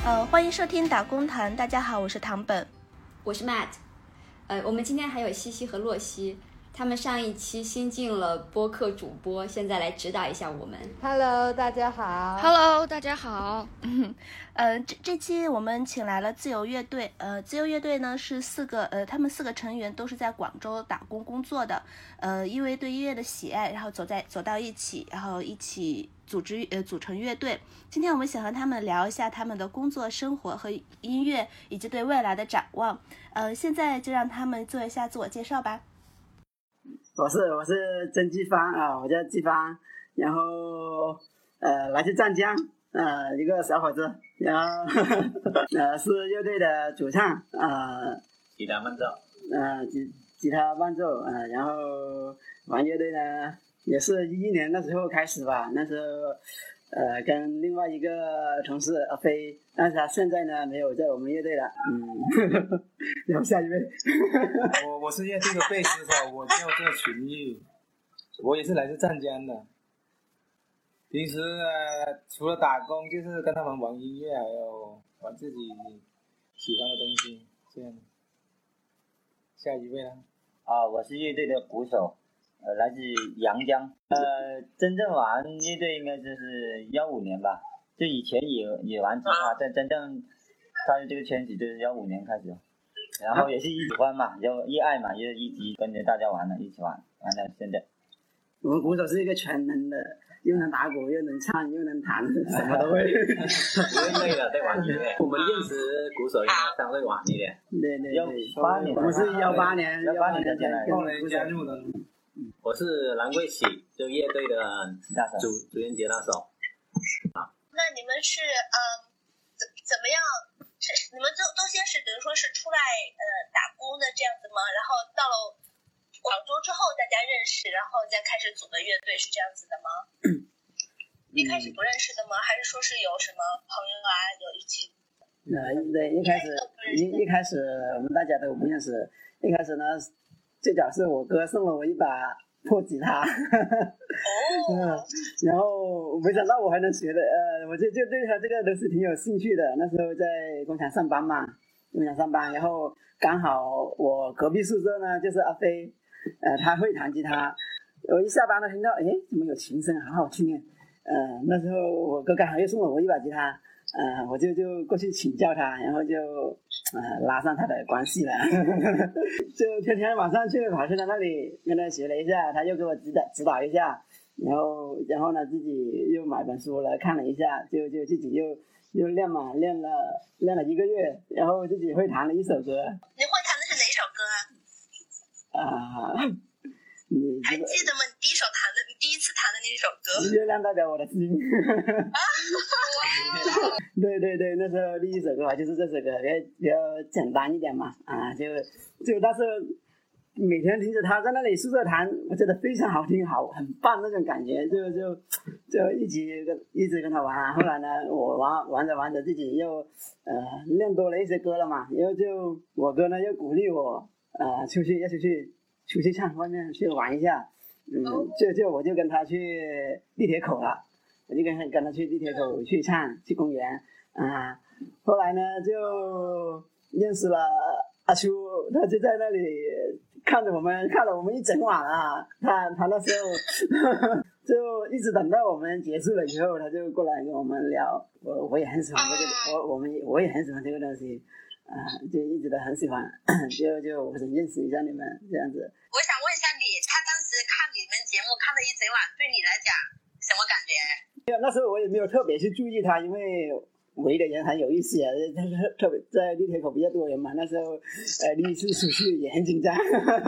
欢迎收听打工谈，大家好，我是唐本， 我是 Matt。我们今天还有西西和洛西，他们上一期新进了播客主播，现在来指导一下我们。 Hello， 大家好。 Hello， 大家好。 这期我们请来了自由乐队。自由乐队呢是他们四个成员都是在广州打工工作的。因为对音乐的喜爱，然后走到一起，然后一起组成乐队。今天我们想和他们聊一下他们的工作生活和音乐，以及对未来的展望。现在就让他们做一下自我介绍吧。 我是曾季芳啊，我叫季芳，然后来自湛江，一个小伙子，然后是乐队的主唱， 吉他伴奏， 吉他伴奏，然后玩乐队呢也是2011年那时候开始吧，那时候跟另外一个同事阿飞，但是他现在呢没有在我们乐队了，然后下一位。 我是乐队的贝斯手，我叫做群玉，我也是来自湛江的。平时除了打工，就是跟他们玩音乐，还有玩自己喜欢的东西，这样。下一位呢？ 我是乐队的鼓手，来自阳江。真正玩乐队应该就是15年吧，就以前也玩吉他，但真正踏入这个圈子就是15年开始。然后也是喜欢嘛，就热爱嘛，就一直跟着大家玩了，一起玩到现在。 我们鼓手是一个全能的，又能打鼓，又能唱，又能弹，什么都会。 不会累了，在玩音乐。我们认识鼓手应该稍微晚一点。 对 18年。 我们是18年才进来。 后来加入的。 我是蓝桂喜，就乐队的主音吉他手。 那你们是怎么样？你们都先是等于说是出来打工的这样子吗？然后到了广州之后大家认识，然后再开始组的乐队，是这样子的吗？一开始不认识的吗？还是说是有什么朋友有一起？ 对，一开始我们大家都不认识。一开始呢，最早是我哥送了我一把破吉他，然后没想到我还能学的，我就对他这个东西挺有兴趣的。那时候在工厂上班嘛，然后刚好我隔壁宿舍呢就是阿飞，他会弹吉他，我一下班了听到，怎么有琴声，好好听啊！那时候我哥刚好又送了我一把吉他，我就过去请教他，然后就拉上他的关系了，就天天晚上跑去他那里跟他学了一下，他又给我指导一下，然后呢自己又买本书了看了一下，就自己又练嘛，练了1个月，然后自己会弹了一首歌。 你会弹的是哪首歌你还记得吗？你第一次弹的那首歌？ 月亮代表我的心。对，那时候第一首歌就是这首歌，比较简单一点嘛，就但是每天听着他在那里宿舍弹，我觉得非常好听，很棒那种感觉，就一直跟他玩。后来呢，我玩着自己又练多了一些歌了嘛，然后就我哥呢又鼓励我出去唱，外面去玩一下。我就跟他去地铁口了，我就跟他去地铁口去唱，去公园后来呢就认识了阿秋，他就在那里看了我们一整晚啊，他那时候就一直等到我们结束了以后，他就过来跟我们聊。我也很喜欢这个，我也很喜欢这个东西就一直都很喜欢，就我想认识一下你们这样子。 我想问一下你，他当时看你们节目看了一整晚，对你来讲什么感觉？ 那时候我也没有特别去注意他，因为围的人很有意思啊，特别在地铁口比较多人嘛。那时候第一次出去也很紧张，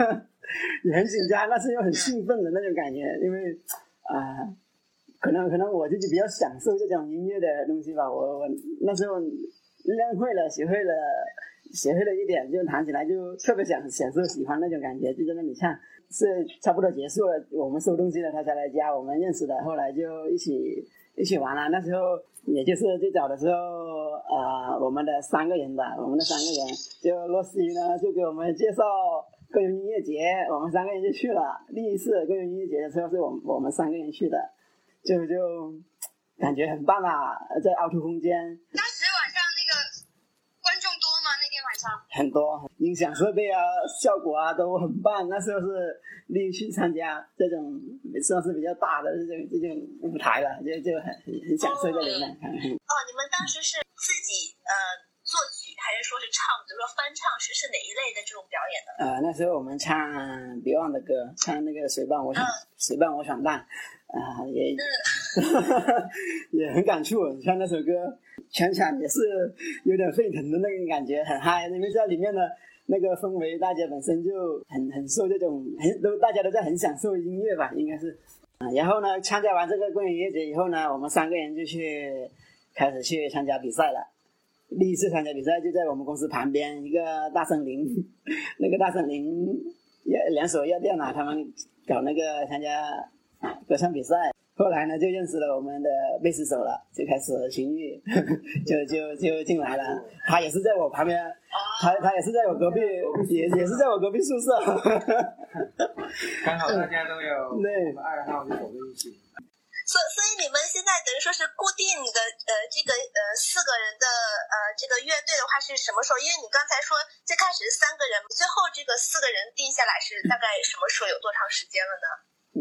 但是又很兴奋的那种感觉，因为可能我自己比较享受这种音乐的东西吧。我那时候练会了，学会了一点，就弹起来就特别享受喜欢那种感觉，就在那里唱。是差不多结束了，我们收东西了，他才来加我们认识的，后来就一起玩了。那时候也就是最早的时候我们的3个人吧，就洛西呢就给我们介绍个人音乐节，我们3个人就去了。第一次个人音乐节的时候是我们3个人去的，就感觉很棒啊，在凹凸空间。 当时晚上那个上？ 很多音响设备啊、效果啊都很棒。那时候是第一去参加这种算是比较大的这种舞台了，就很享受这里面。 哦，你们当时是自己作曲，还是说是唱，比如说翻唱，是哪一类的这种表演呢？ 那时候我们唱 Beyond 的歌，唱那个谁伴我闯荡，也很感触。唱那首歌，全场也是有点沸腾的那种感觉，很嗨，因为在里面的那个氛围，大家本身就很受这种大家都在很享受音乐吧，应该是。然后呢，参加完这个公园音乐节以后呢，我们3个人就开始去参加比赛了。第一次参加比赛就在我们公司旁边一个大森林，那个大森林连锁药店啊，他们搞那个参加歌唱比赛。后来呢，就认识了我们的贝斯手了，就开始群育，就进来了。他也是在我旁边，他也是在我隔壁，也是在我隔壁宿舍。 刚好大家都有爱好，就走在一起。 所以你们现在等于说是固定的这个4个人的这个乐队的话是什么时候？因为你刚才说最开始是3个人，最后这个4个人定下来是大概什么时候，有多长时间了呢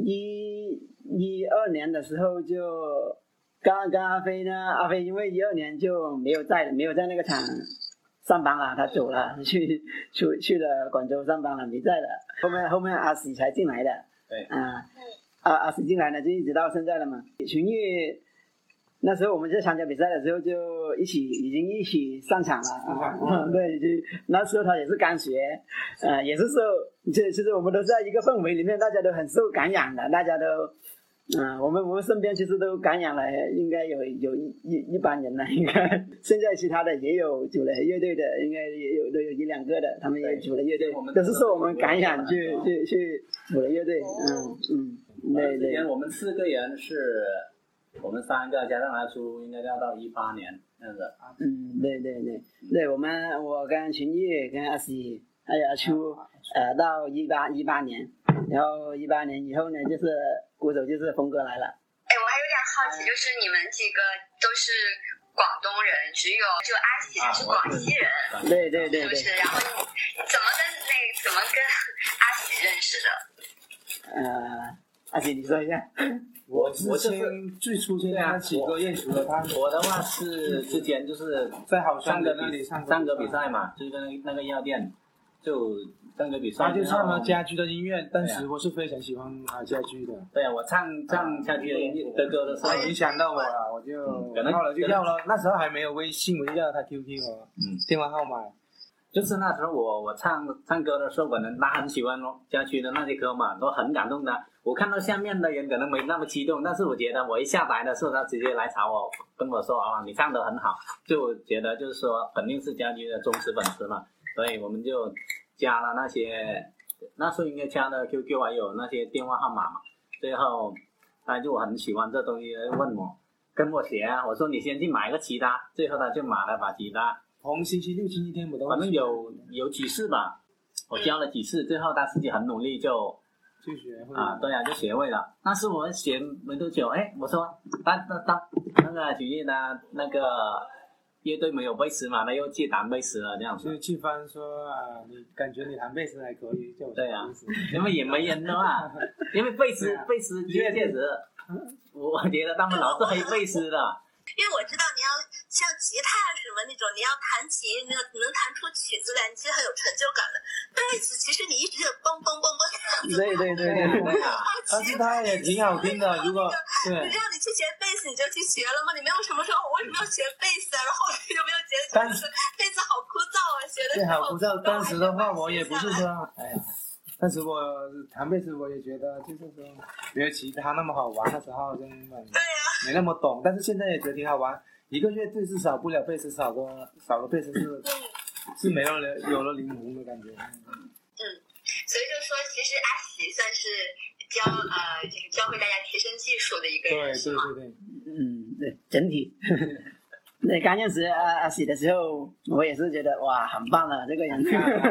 ？12年的时候就跟阿飞呢，阿飞因为12年就没有在那个厂上班了，他走了，去了广州上班了，没在了。后面阿喜才进来的， 对， 阿喜进来呢，就一直到现在了嘛。群育那时候我们在参加比赛的时候就已经一起上场了，对，就那时候他也是刚学，也是受，其实我们都在一个氛围里面，大家都很受感染的，大家都，我们身边其实都感染了，应该有一帮人了，应该现在其他的也有组了乐队的，应该都有1-2个的，他们也组了乐队，都是受我们感染去组了乐队，对。 之前我们4个人是我们3个加上阿初，应该要到18年这样子。 对，我跟群育跟阿喜还有阿初，到18年，然后18年以后呢，就是鼓手就是峰哥来了。 我还有点好奇，就是你们几个都是广东人，只有阿喜是广西人， 对， 是不是？然后怎么跟阿喜认识的？ 阿喜你说一下。 我就是最初见他几个认识的他。 我的话是之前就是在好山的那里上个比赛嘛，就是跟那个药店就上个比赛。 他就唱了家驹的音乐，当时我是非常喜欢家驹的。 对啊，我唱家驹的歌的时候， 影响到我了，我就要了就要了。那时候还没有微信，我就要他 QQ 和电话号码。 就是那时候我唱歌的时候，可能他很喜欢家驹的那些歌嘛，都很感动的。我看到下面的人可能没那么激动，但是我觉得我一下台的时候，他直接来找我，跟我说你唱得很好，就觉得就是说肯定是家驹的忠实粉丝嘛，所以我们就加了那时候应该加的 QQ 还有那些电话号码嘛。最后他就很喜欢这东西，问我跟我学啊，我说你先去买个吉他，最后他就买了把吉他。 逢星期六、星期天不都？ 反正有几次吧，我教了几次，最后他自己很努力就学会对啊，就学会了。那是我们学没多久，我说当那个举例呢，那个乐队没有贝斯嘛，那又去弹贝斯了这样子。 就去翻说你感觉你弹贝斯还可以，就对啊，因为也没人的嘛，因为贝斯确实，我觉得他们老是黑贝斯的。 因为我知道你要像吉他什么那种，你要弹琴，能弹出曲子来，你其实很有成就感的。贝斯其实你一直就嘣嘣嘣嘣这样子。 对。 但是它也挺好听的，如果对。 你让你去学贝斯，你就去学了吗？你没有什么说我为什么要学贝斯啊？然后有没有觉得贝斯好枯燥啊？学的对，好枯燥。当时的话，我也不是说，但是我弹贝斯，我也觉得就是说没有吉他那么好玩，那时候根本没那么懂。但是现在也觉得挺好玩。一个乐队是少不了贝斯，少个贝斯是没有了灵魂的感觉。 所以就说，其实阿喜算是教会大家提升技术的一个人，是吗？ 对， 对，整体。那刚认识阿喜的时候，我也是觉得哇，很棒了这个人。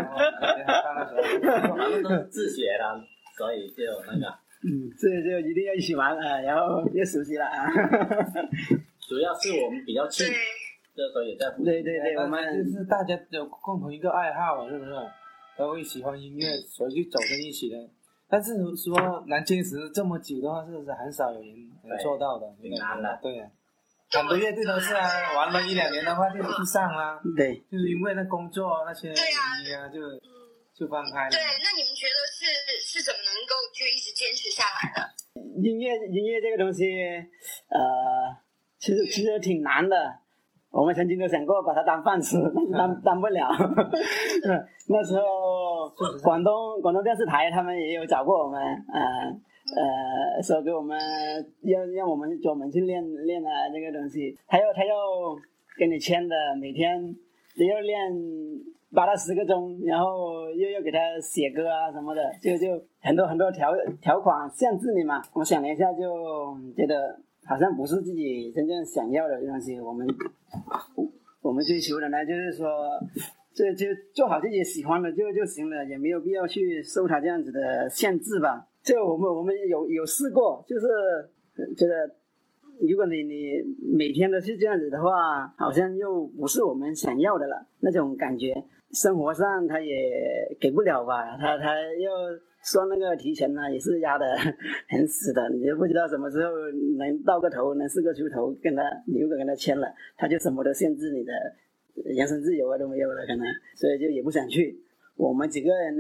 反正都是自学的，所以就那个。 这就一定要一起玩然后越熟悉了主要是我们比较近， 这时候也在复习。 对，我们就是大家有共同一个爱好，是不是？都会喜欢音乐，所以就走在一起的。但是说能坚持这么久的话，是很少有人能做到的， 挺难的。 对，很多乐队都是啊，玩了1-2年的话就不上啦。 对， 就是因为那工作那些原因啊，就放开了。 对，那你们觉得是怎么能够就一直坚持下来的？ 音乐这个东西，其实挺难的。我们曾经都想过把它当饭吃，当不了。那时候广东电视台他们也有找过我们，说给我们让我们去练啊这个东西。他要跟你签的，每天都要练8到10个钟，然后又要给他写歌啊什么的，就很多条款限制你嘛。我想了一下，就觉得好像不是自己真正想要的东西。我们追求的呢，就是说，就做好自己喜欢的就行了，也没有必要去受他这样子的限制吧。这我们有试过，就是觉得，如果你每天都是这样子的话，好像又不是我们想要的了，那种感觉。生活上他也给不了吧，他要说那个提成呢，也是压得很死的，你就不知道什么时候能到个头，能是个出头，跟他签了，他就什么都限制你的人身自由啊都没有了，可能，所以就也不想去。我们几个人呢，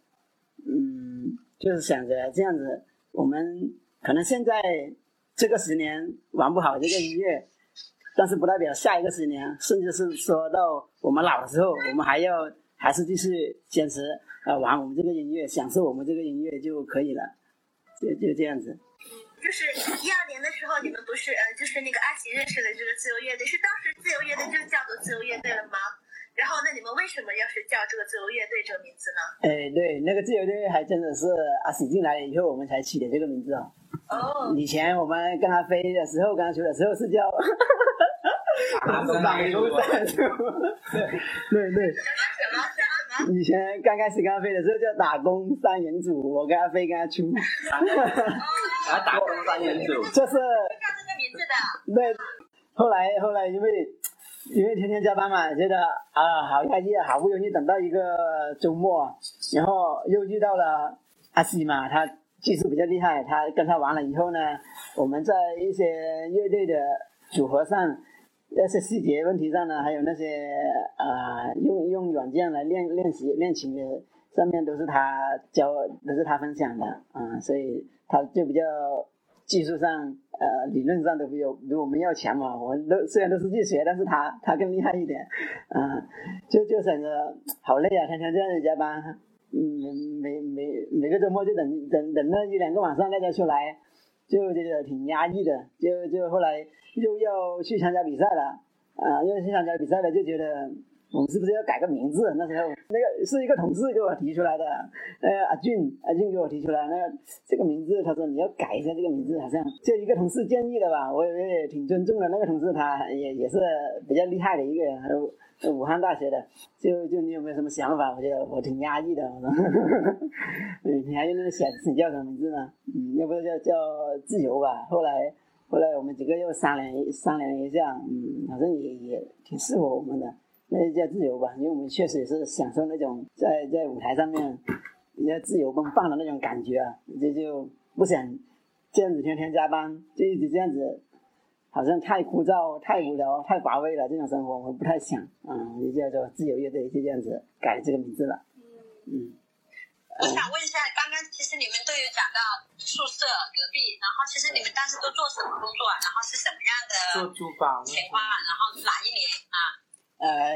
就是想着这样子，我们可能现在这个10年玩不好这个音乐，但是不代表下一个10年，甚至是说到我们老的时候，我们还是继续坚持玩我们这个音乐，享受我们这个音乐就可以了，就这样子。 就是12年的时候，你们不是就是那个阿喜认识了这个自由乐队，是当时自由乐队就叫做自由乐队了吗？然后那你们为什么要是叫这个自由乐队这个名字呢？ 对，那个自由乐队还真的是阿喜进来了以后我们才起的这个名字哦。以前我们跟他飞的时候，跟他出的时候是叫打工三人组。对。以前刚开始跟他飞的时候叫打工3人组，我跟他飞跟他出。 打工3人组。 这是叫这个名字的。 对，后来因为天天加班嘛，觉得好压抑，好不容易等到一个周末，然后又遇到了阿西嘛，他技术比较厉害，他跟他玩了以后呢，我们在一些乐队的组合上，那些细节问题上呢，还有那些用软件来练习练琴的上面都是他教，都是他分享的，所以他就比较技术上理论上都比我们要强嘛。我们虽然都是自己学，但是他更厉害一点，就想着好累啊，天天这样子加班，每个周末就等那1-2个晚上大家出来，就觉得挺压抑的，就后来又要去参加比赛了，又去参加比赛了，就觉得我们是不是要改个名字？那时候那个是一个同事给我提出来的，阿俊给我提出来，那这个名字他说你要改一下这个名字，好像就一个同事建议的吧，我也挺尊重的。那个同事他也是比较厉害的一个人，还有武汉大学的，就你有没有什么想法？我觉得我挺压抑的，我说你还有那个想叫什么名字呢？要不叫自由吧。后来我们几个又商量一下，好像也挺适合我们的，那就叫自由吧。因为我们确实也是享受那种在舞台上面比较自由奔放的那种感觉啊，就不想这样子天天加班，就一直这样子。好像太枯燥、太无聊、太乏味了，这种生活我不太想，就叫做自由乐队，就这样子改这个名字了。 我想问一下，刚刚其实你们都有讲到宿舍隔壁，然后其实你们当时都做什么工作啊？然后是什么样的做珠宝情况啊？然后哪一年啊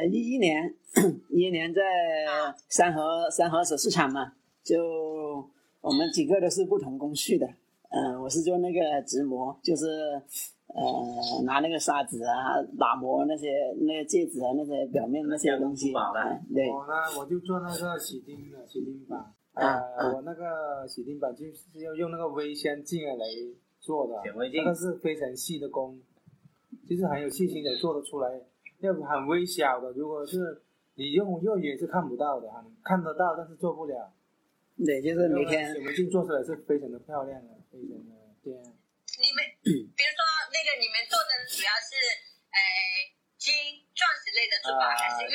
？11年在三河首饰厂嘛，就我们几个都是不同工序的。我是做那个直模，就是拿那个砂纸啊打磨那些戒指啊那些表面那些东西。对。 我呢，我就做那个洗钉板。我那个洗钉板就是要用那个微纤镜来做的，那个是非常细的工，就是很有细心的做得出来，要很微小的，如果是你用肉眼是看不到的，看得到但是做不了。 对，就是每天显微镜做出来是非常的漂亮的，非常的这样。 你们比如说那个你们做的主要是金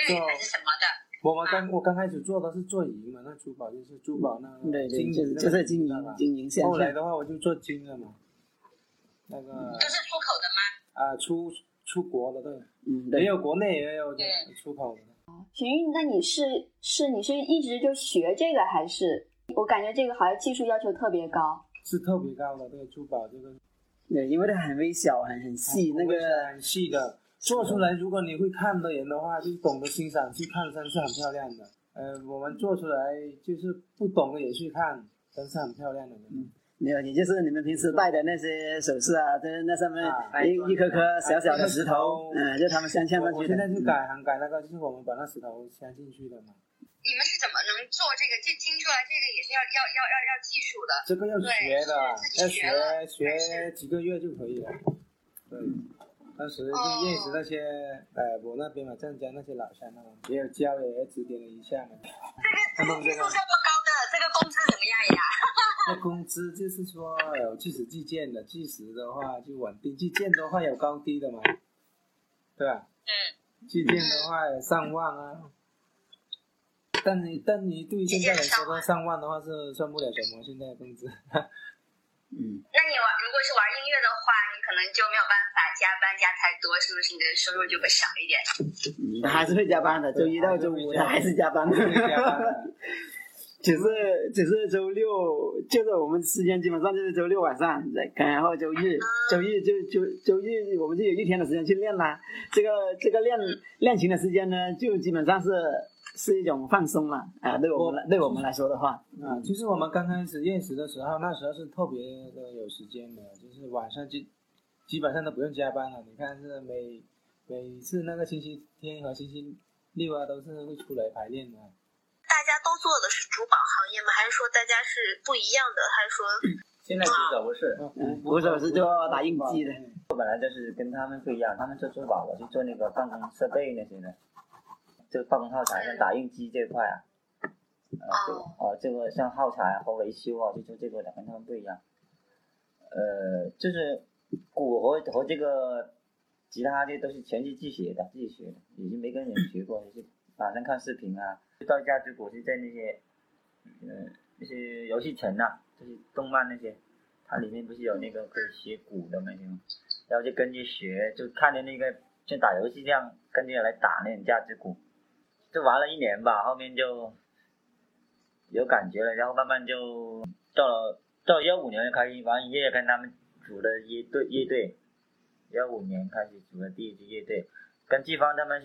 对还是什么的？ 我刚开始做的是做银嘛，那珠宝就是珠宝那个对对， 金银就是经营线。 后来的话我就做金了嘛，那个都是出口的吗？ 出国的对， 对， 也有国内也有出口的。 玄玉，那你是一直就学这个，还是我感觉这个好像技术要求特别高？ 是特别高的这个珠宝这个。 对，因为它很微小，很细，那个很细的，做出来如果你会看的人的话，就懂得欣赏去看，真是很漂亮的。我们做出来就是不懂的也去看，真是很漂亮的。 没有，也就是你们平时戴的那些首饰啊，就是那上面一颗颗小小的石头，就他们镶上去的。 我现在就改那个，就是我们把那石头镶进去的嘛。 你们是怎么能做这个？这听出来这个也是要技术的。 这个要学的，要学几个月就可以了。对，当时就认识那些我那边嘛，湛江那些老乡嘛，也有教，也指点了一下嘛。 这个技术这么高的，这个工资怎么样呀？ 那工资就是说有计时计件的，计时的话就稳定，计件的话有高低的嘛，对吧？计件的话有上万啊。但你对现在来说的上万的话是算不了什么，现在的工资。 那你如果是玩音乐的话，你可能就没有办法加班加太多，是不是？你的收入就会少一点。 他还是会加班的，周一到周五他还是加班的。只是周六，就是我们时间基本上就是周六晚上，然后周日我们就有一天的时间去练啦。这个练琴的时间呢，就基本上是一种放松了对我们来说的话其实我们刚开始认识的时候，那时候是特别的有时间的，就是晚上基本上都不用加班了。你看是每次那个星期天和星期六啊，都是会出来排练的。 大家都做的是珠宝行业吗？还是说大家是不一样的？还是说现在鼓手不是， 鼓手是做打印机的。 我本来就是跟他们不一样，他们做珠宝，我是做那个办公设备那些的，就办公耗材像打印机这块这个像耗材和维修就做这个的，跟他们不一样。就是鼓和这个吉他这都是全是自己学的，已经没跟人学过，就是网上看视频啊。到价值鼓是在那些游戏城就是动漫那些，它里面不是有那个可以学鼓的那些吗？然后就跟着学，就看着那个像打游戏这样跟着来打那种价值鼓，就玩了1年吧，后面就有感觉了，然后慢慢就到了15年开始玩音乐，跟他们组的乐队，15年开始组的第一支乐队，跟季芳他们是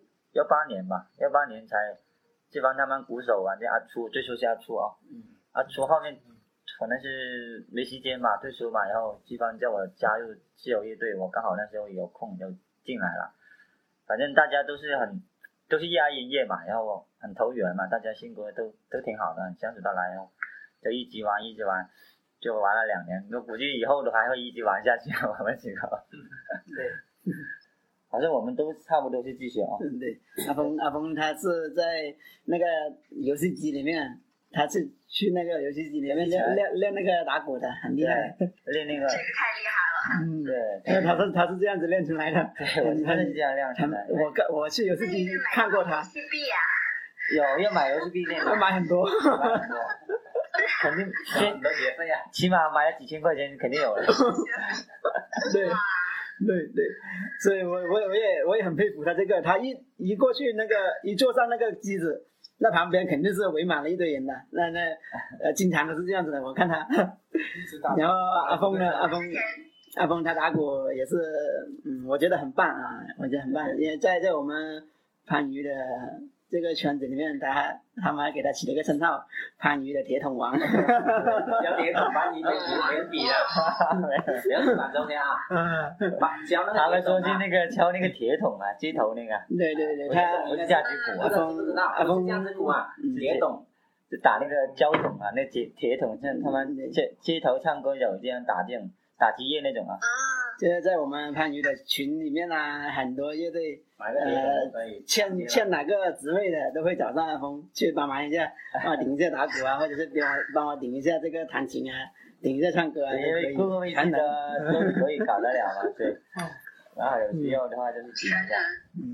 18年吧，18年才。季芳他们鼓手就阿初，最初是阿初阿初后面可能是没时间嘛，退休嘛，然后季芳叫我加入自由乐队，我刚好那时候有空就进来了。反正大家都是热爱音乐嘛，然后很投缘嘛，大家性格都挺好的，相处到来，然后就一直玩，就玩了2年，我估计以后都还会一直玩下去，我们几个。对。好像我们都差不多是自学对，阿峰他是在那个游戏机里面，他是去那个游戏机里面练那个打鼓的，很厉害。 练那个。这个太厉害了。 对。 他是这样子练出来的。 对，他是这样练出来的。 我去游戏机看过他。 游戏币啊。 有要买游戏币练。 要买很多。 肯定先学费啊， 起码买了几千块钱肯定有了。 对。对，所以我也很佩服他这个，他一过去那个一坐上那个机子，那旁边肯定是围满了一堆人的，经常都是这样子的，我看他。然后阿峰呢，阿峰他打鼓也是，我觉得很棒我觉得很棒，因为在我们番禺的这个圈子里面，他们还给他起了一个称号，番禺的铁桶王。 叫铁桶番禺没比的，铁桶蛮重要。 他们说是那个敲那个铁桶街头那个。 对， 他不是价值鼓阿峰价值鼓铁桶， 就打那个胶桶那铁桶，像他们街头唱歌有这样打这种打击乐那种就是在我们番禺的群里面很多乐队欠哪个职位的都会找上阿峰去帮忙一下，帮我顶一下打鼓或者是帮我顶一下这个弹琴顶一下唱歌因为各个位置的都可以搞得了嘛，对。 然后有需要的话就是请一下。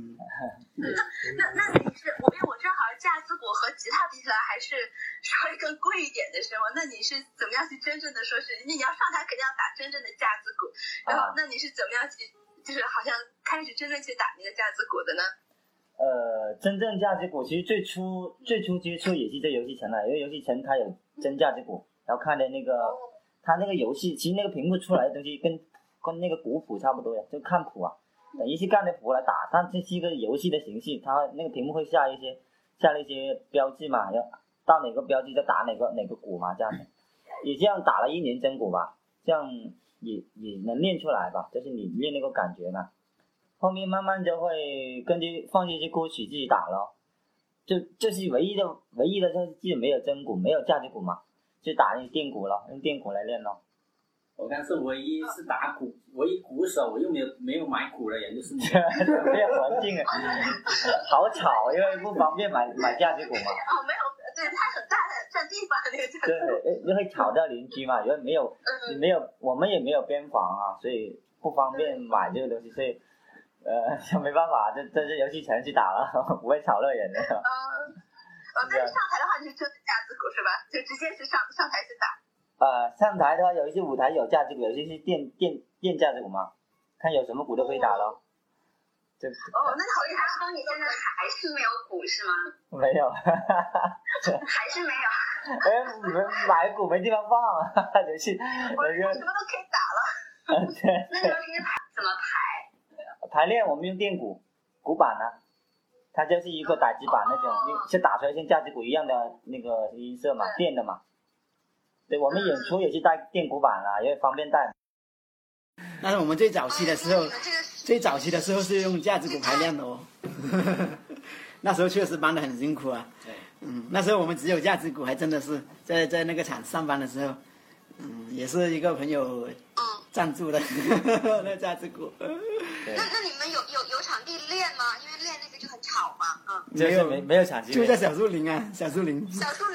那你是因为我正好架子鼓和吉他比起来还是稍微更贵一点的时候，那你是怎么样去真正的说是你要上台肯定要打真正的架子鼓，然后那你是怎么样去就是好像开始真正去打那个架子鼓的呢？ 真正架子鼓其实最初接触也是在游戏城了，因为游戏城它有真架子鼓，然后看的那个它那个游戏，其实那个屏幕出来的东西跟那个鼓谱差不多呀，就看谱啊，等于是干着谱来打，但这是一个游戏的形式，它那个屏幕会下了一些标志嘛，要到哪个标志就打哪个鼓嘛，这样的，也这样打了1年真鼓吧，这样也能练出来吧，就是你练那个感觉嘛。后面慢慢就会根据放这些歌曲自己打咯，就是唯一的就是自己没有真鼓，没有架子鼓嘛，就打那电鼓咯，用电鼓来练咯。 我看是唯一是打鼓，唯一鼓手，我又没有买鼓的人就是你。 没有环境啊，好吵，因为不方便买架子鼓嘛。 没有，对，它很大的占地方那个架子鼓。 对，就会吵到邻居嘛，因为没有，我们也没有边防啊，所以不方便买这个东西，所以就没办法，这是游戏城去打了，不会吵到人的。 但是上台的话你是真的架子鼓是吧？就直接是上台去打。 上台的话，有一些舞台有架子鼓，有些是电架子鼓嘛，看有什么鼓都可以打咯。 那好厉害！说你现在还是没有鼓是吗？ 没有， 还是没有。 买鼓没地方放，游戏什么都可以打了。那你们平时怎么排？ 排练我们用电鼓板啊，它就是一个打击板那种，是打出来像架子鼓一样的那个音色嘛，电的嘛。对，我们演出也是带电鼓板啦，因为方便带。 但是我们最早期的时候是用架子鼓排练的哦。那时候确实搬得很辛苦啊。那时候我们只有架子鼓，还真的是在那个厂上班的时候，也是一个朋友赞助的那架子鼓。 那你们有场地练吗？因为练那个就很吵嘛。 没有场地， 就在小树林啊，小树林。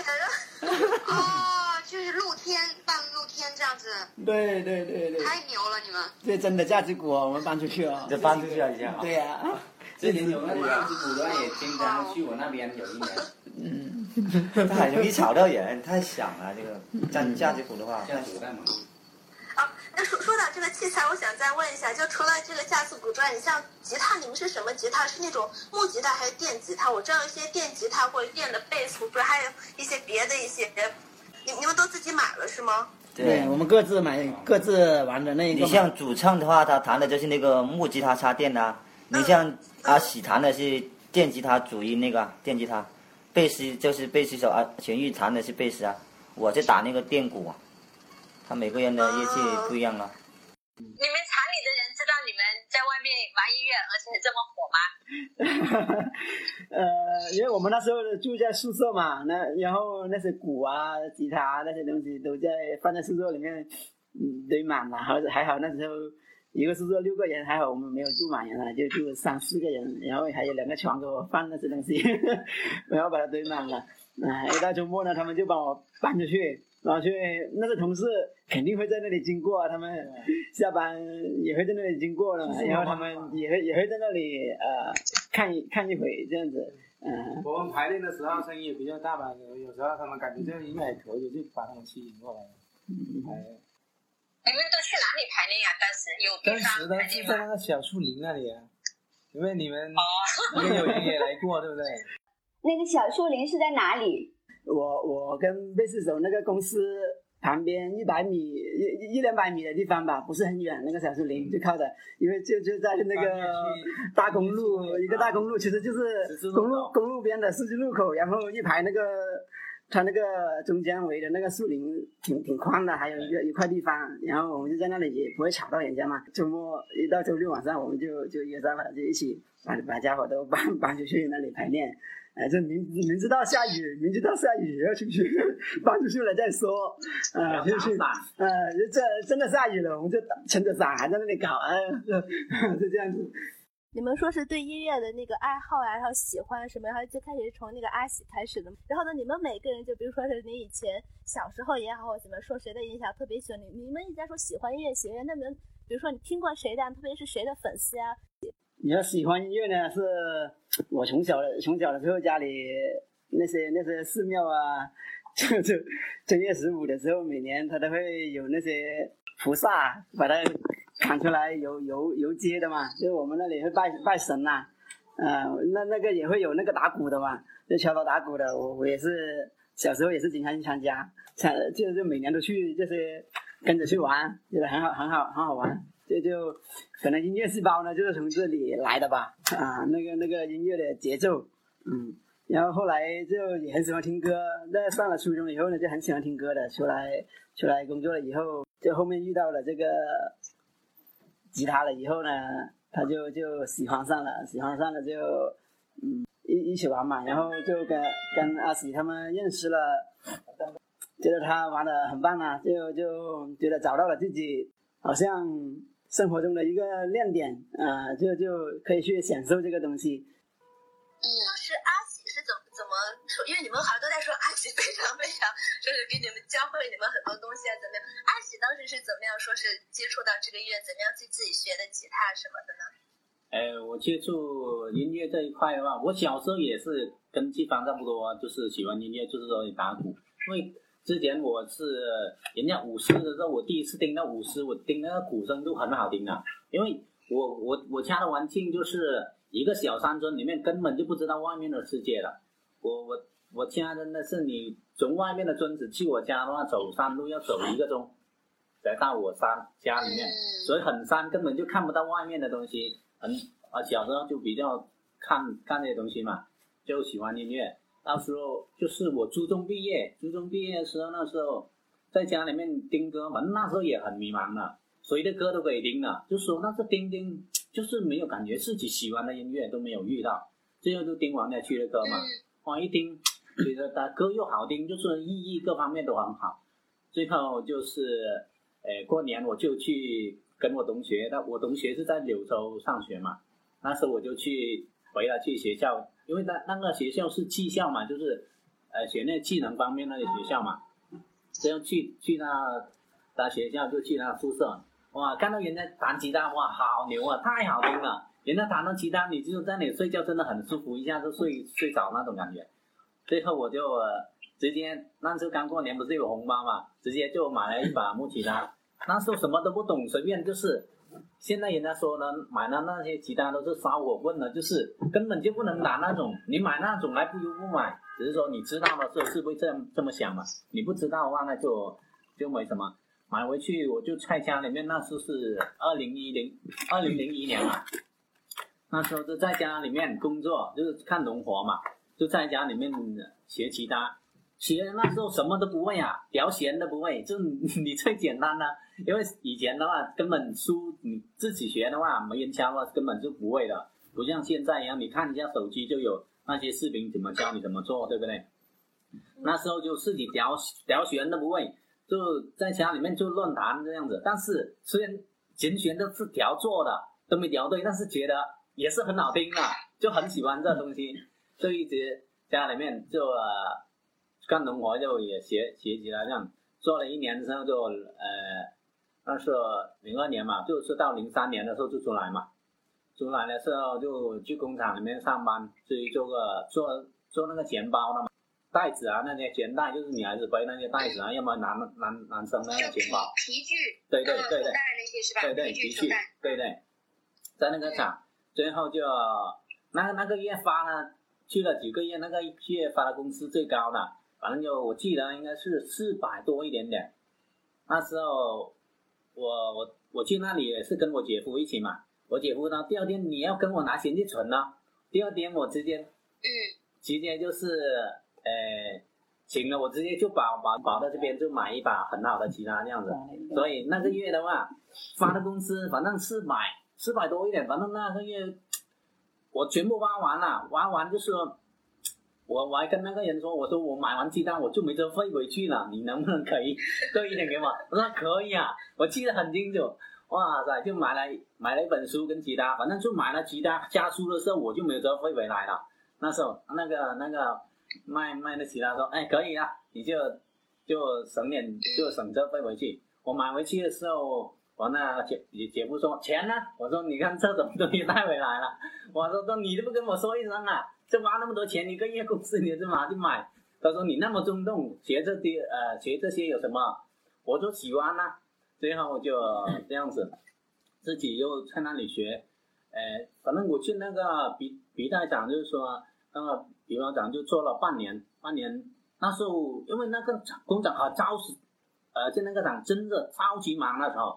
就是半露天这样子。 对。 太牛了你们。 这真的架子鼓哦，我们搬出去哦。 就搬出去了一下。 对呀。 之前有那个架子鼓的也经常去我那边有一年。 它很容易吵到人，太响了这个架子鼓的话。 架子鼓在忙。 那说到这个器材，我想再问一下，就除了这个架子鼓之外，你像吉他，你们是什么吉他？是那种木吉他还是电吉他？我知道一些电吉他或者电的贝斯，不是还有一些别的一些，你们都自己买了是吗？ 对，我们各自买各自玩的那一个。 你像主唱的话，他弹的就是那个木吉他插电的，你像喜弹的是电吉他主音那个电吉他，贝斯就是贝斯手全玉弹的是贝斯啊，我就打那个电鼓啊。他每个人的乐器不一样啊。 你们厂里的人知道你们在外面玩音乐，而且这么火吗？ 因为我们那时候住在宿舍嘛，然后那些鼓啊、吉他那些东西都放在宿舍里面，堆满了。还好那时候一个宿舍6个人，还好我们没有住满人啊，就住3、4个人，然后还有2个床给我放那些东西，然后把它堆满了。一到周末呢，他们就帮我搬出去。然后那个同事肯定会在那里经过，他们下班也会在那里经过了，然后他们也会在那里看一会这样子。 我们排练的时候声音也比较大吧，有时候他们感觉这个音乐还可以，就把他们吸引过来。 你们都去哪里排练呀？当时当时在那个小树林那里啊，因为你们有人也来过，对不对？ 那个小树林是在哪里？ 我跟贝斯手那个公司旁边100米100-200米的地方吧，不是很远，那个小树林就靠着，因为就在那个大公路，一个大公路，其实就是公路边的十字路口，然后一排那个它那个中间围的那个树林挺宽的，还有一块地方，然后我们就在那里也不会吵到人家嘛。周末一到周六晚上，我们就约上了，就一起把家伙都搬出去那里排练。这明知道下雨也要出去，搬出去了再说。就去这真的下雨了，我们就撑着伞还在那里搞，就这样子。 你们说是对音乐的那个爱好啊，然后喜欢什么，然后就开始从那个阿喜开始的。然后呢，你们每个人就比如说是你以前小时候也好，或怎么受谁的影响特别喜欢你们一直在说喜欢音乐，那么比比如说你听过谁的，特别是谁的粉丝呀？ 你要喜欢音乐呢，是我从小的时候家里那些寺庙啊，就正月15的时候，每年他都会有那些菩萨把它砍出来游街的嘛，就是我们那里会拜神呐、那个也会有那个打鼓的嘛，就敲锣打鼓的，我也是小时候也是经常去参加，就每年都去这些跟着去玩，觉得很好玩。就可能音乐细胞呢，就是从这里来的吧，那个音乐的节奏，然后后来就也很喜欢听歌，在上了初中以后呢，就很喜欢听歌的，出来工作了以后，就后面遇到了这个吉他了以后呢，他就喜欢上了就一起玩嘛，然后就跟阿喜他们认识了，觉得他玩得很棒啊，就觉得找到了自己好像生活中的一个亮点就可以去享受这个东西。 是阿喜是怎么说？因为你们好像都在说阿喜非常非常，就是给你们教会你们很多东西啊，怎么样？阿喜当时是怎么样说是接触到这个乐，怎么样去自己学的吉他什么的呢？ 我接触音乐这一块的话，我小时候也是跟季芳差不多，就是喜欢音乐，就是说打鼓。因为之前我是人家舞狮的时候，我第一次听到舞狮，我听那个鼓声都很好听啊。因为我家的环境就是一个小山村里面，根本就不知道外面的世界了。我家真的是你从外面的村子去我家的话，走山路要走1个钟才到我家里面，所以很山，根本就看不到外面的东西。小时候就比较看这些东西嘛，就喜欢音乐。到时候就是我初中毕业的时候，那时候在家里面听歌，反正那时候也很迷茫了，谁的歌都可以听了，就说那是听，就是没有感觉自己喜欢的音乐都没有遇到，最后就听王家驹的歌嘛，一听觉得他歌又好听，就是意义各方面都很好。最后就是过年我就去跟我同学是在柳州上学嘛，那时候我就回来去学校，因为那个学校是技校嘛，就是学那技能方面那个学校嘛，这样去那学校就去那宿舍，哇，看到人家弹吉他，哇，好牛啊，太好听了！人家弹到吉他，你就在那里睡觉，真的很舒服，一下就睡着那种感觉。最后我就直接那时候刚过年不是有红包嘛，直接就买了一把木吉他。那时候什么都不懂，随便就是。现在人家说呢，买的那些吉他都是烧火棍的，就是根本就不能拿那种，你买那种来不如不买，只是说你知道的时候是会这么想嘛，你不知道的话那就没什么。买回去我就在家里面，那时候是2001年嘛，那时候就在家里面工作，就是看农活嘛，就在家里面学吉他。学那时候什么都不会啊，调弦都不会，就你最简单的，因为以前的话根本书你自己学的话，没人教的话根本就不会的，不像现在一样，你看一下手机就有那些视频怎么教你怎么做，对不对？那时候就自己调弦都不会，就在家里面就乱弹这样子。但是虽然琴弦都是调错的，都没调对，但是觉得也是很好听的，就很喜欢这东西，就一直家里面就干农活就也学吉他，这样做了1年之后就那是02年嘛，就是到03年的时候就出来嘛。出来的时候就去工厂里面上班，至于做那个钱包的嘛，袋子啊，那些钱袋就是女孩子背那些袋子啊，要么男生那个钱包， 皮具， 对， 带那些是吧？ 对，皮具，对，在那个厂，最后就那个月发了，去了几个月，那个月发的工资最高的。反正我记得应该是400多一点点。那时候我去那里也是跟我姐夫一起嘛。我姐夫呢，第2天你要跟我拿钱去存呢。第2天我直接就是请了我直接就保到这边就买一把很好的吉他这样子。所以那个月的话发的工资反正400多一点，反正那个月我全部花完了，花完就是说。我还跟那个人说，我说我买完鸡蛋我就没车费回去了，你能不能可以多一点给我？我说可以啊，我记得很清楚。哇塞，就买了一本书跟吉他，反正就买了吉他加书的时候我就没有车费回来了。那时候那个卖的吉他说，可以啊，你就省车费回去。我买回去的时候我那姐夫说钱呢？我说你看这种东西带回来了，我说你都不跟我说一声啊，这花那么多钱，一个月工资你就拿去买。他说你那么冲动，学这些有什么？我说喜欢啊，最后就这样子，自己又在那里学，反正我去那个皮带厂，就是说那个皮毛厂就做了半年，那时候因为那个工厂很着急，就那个厂真的超级忙的时候，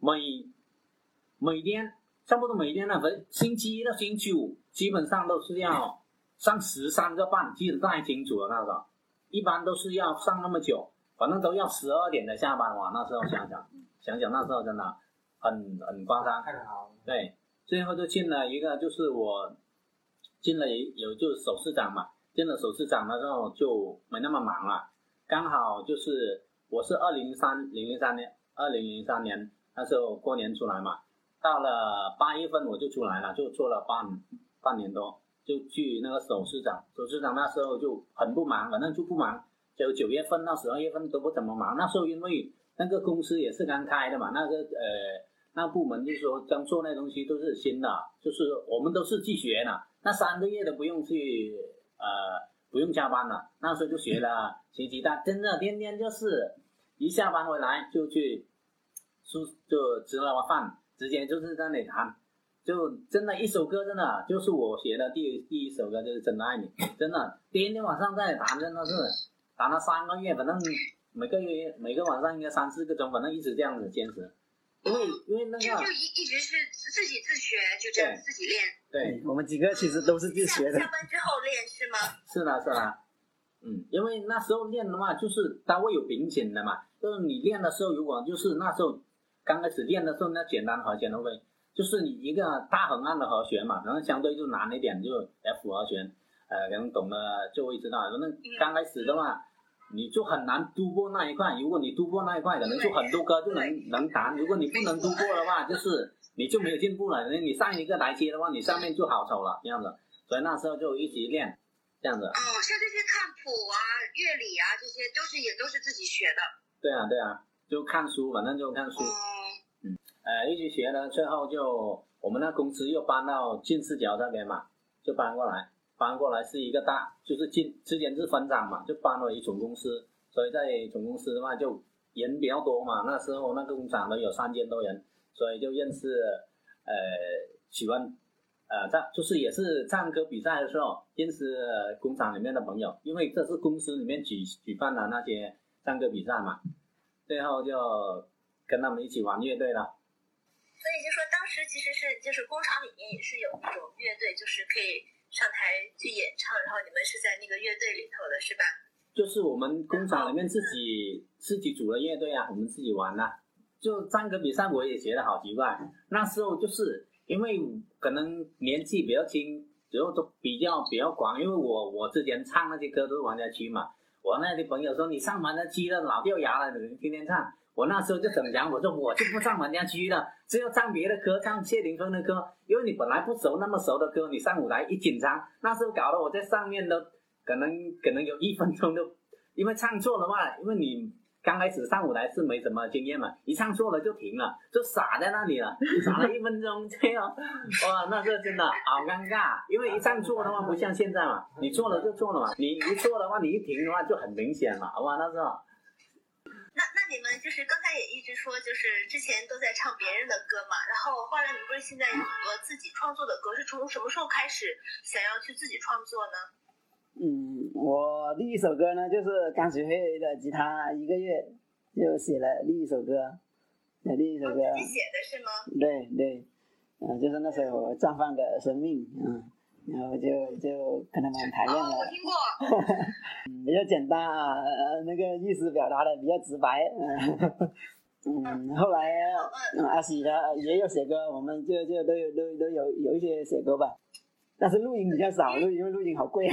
每天差不多每天呢，星期一到星期五基本上都是要上13个班，记得太清楚了那时候，一般都是要上那么久，反正都要12点才下班。哇，那时候想想那时候真的很夸张。 太好。 对，最后就进了一个，就是我进了就是首饰厂嘛，进了首饰厂的时候就没那么忙了，刚好就是我是2003年那时候过年出来嘛，到了8月份我就出来了，就做了半年多，就去那个首饰厂那时候就很不忙，反正就不忙，就9月份到12月份都不怎么忙。那时候因为那个公司也是刚开的嘛，那部门就是说刚做那东西都是新的，就是我们都是自学的，那3个月都不用加班了。那时候就学了学吉他，真的天天就是一下班回来就去就吃了饭，直接就是在那里弹，就真的一首歌真的就是我学的第一首歌就是真的爱你，真的天天晚上在弹，真的是弹了3个月，反正每个晚上应该3-4个钟，反正一直这样子坚持。因为那个就一直是自己自学，就这样自己练。 对， 我们几个其实都是自学的。 下班之后练是吗？ 是的，因为那时候练的话，就是它会有明显的嘛，就是你练的时候，如果就是那时候刚开始练的时候，那简单和弦会，就是你一个大横按的和弦嘛，然后相对就难一点，就 F 和弦，可能懂的就会知道。那刚开始的话，你就很难突破那一块，如果你突破那一块，可能就很多歌就能弹。如果你不能突破的话，就是你就没有进步了。你上一个台阶的话，你上面就好丑了这样子。所以那时候就一直练这样子。 像这些看谱啊、乐理啊，这些也都是自己学的。 对啊，就看书，反正就看书。一直学了，最后就我们那公司又搬到进士角这边嘛，就搬过来是一个就是之前是分厂嘛，就搬回总公司，所以在总公司的话就人比较多嘛，那时候那个工厂都有3000多人，所以就认识喜欢就是也是唱歌比赛的时候认识工厂里面的朋友，因为这是公司里面举办的那些唱歌比赛嘛，最后就跟他们一起玩乐队了。 所以就说当时其实就是工厂里面也是有那种乐队，就是可以上台去演唱，然后你们是在那个乐队里头的是吧？ 就是我们工厂里面自己组的乐队啊，我们自己玩的。就唱歌比赛我也觉得好奇怪，那时候就是因为可能年纪比较轻，然后都比较广，因为我之前唱那些歌都是玩家区嘛，我那些朋友说你上玩家区了老掉牙了，你天天唱。我那时候就怎么讲，我说我就不唱玩家区了，只有唱别的歌，唱谢霆锋的歌，因为你本来不熟那么熟的歌，你上舞台一紧张，那时候搞得我在上面都可能有1分钟都，因为唱错的话，因为你刚开始上舞台是没什么经验嘛，一唱错了就停了，就傻在那里了，傻了1分钟这样，哇，那个真的好尴尬，因为一唱错的话不像现在嘛，你错了就错了嘛，你一错的话你一停的话就很明显嘛，哇，那时候。 那你们就是刚才也一直说，就是之前都在唱别人的歌嘛，然后后来你不是现在有很多自己创作的歌，是从什么时候开始想要去自己创作呢？ 我第一首歌呢，就是刚学会的吉他1个月就写了第一首歌，自己写的是吗？ 对，就是那首《绽放的生命》，然后就跟他们排练了。 我听过。 比较简单啊，那个意思表达的比较直白。后来阿喜他也有写歌，我们就都有一些写歌吧，但是录音比较少，因为录音好贵。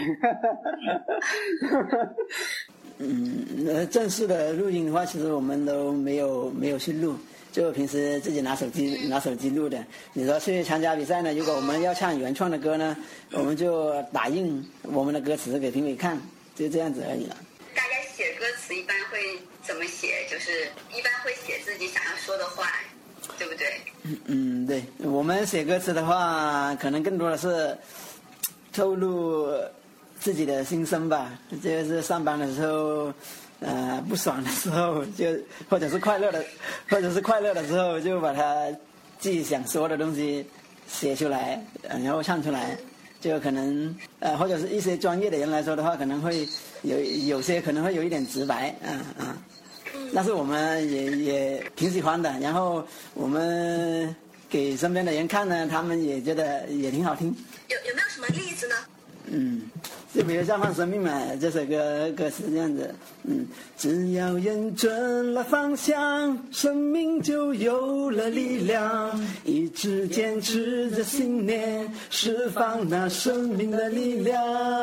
正式的录音的话，其实我们都没有去录。就平时自己拿手机录的。你说去参加比赛呢，如果我们要唱原创的歌呢，我们就打印我们的歌词给评委看，就这样子而已了。 大家写歌词一般会怎么写？就是一般会写自己想要说的话。 对不对？ 对，我们写歌词的话，可能更多的是透露自己的心声吧。就是上班的时候，不爽的时候，或者是快乐的时候，就把他自己想说的东西写出来，然后唱出来。就可能或者是一些专业的人来说的话，可能会有些可能会有一点直白，但是我们也挺喜欢的。然后我们给身边的人看呢，他们也觉得也挺好听。 有没有什么例子呢？ 就比如像《放生命》嘛，这首歌词这样子，只要认准了方向，生命就有了力量，一直坚持着信念，释放那生命的力量。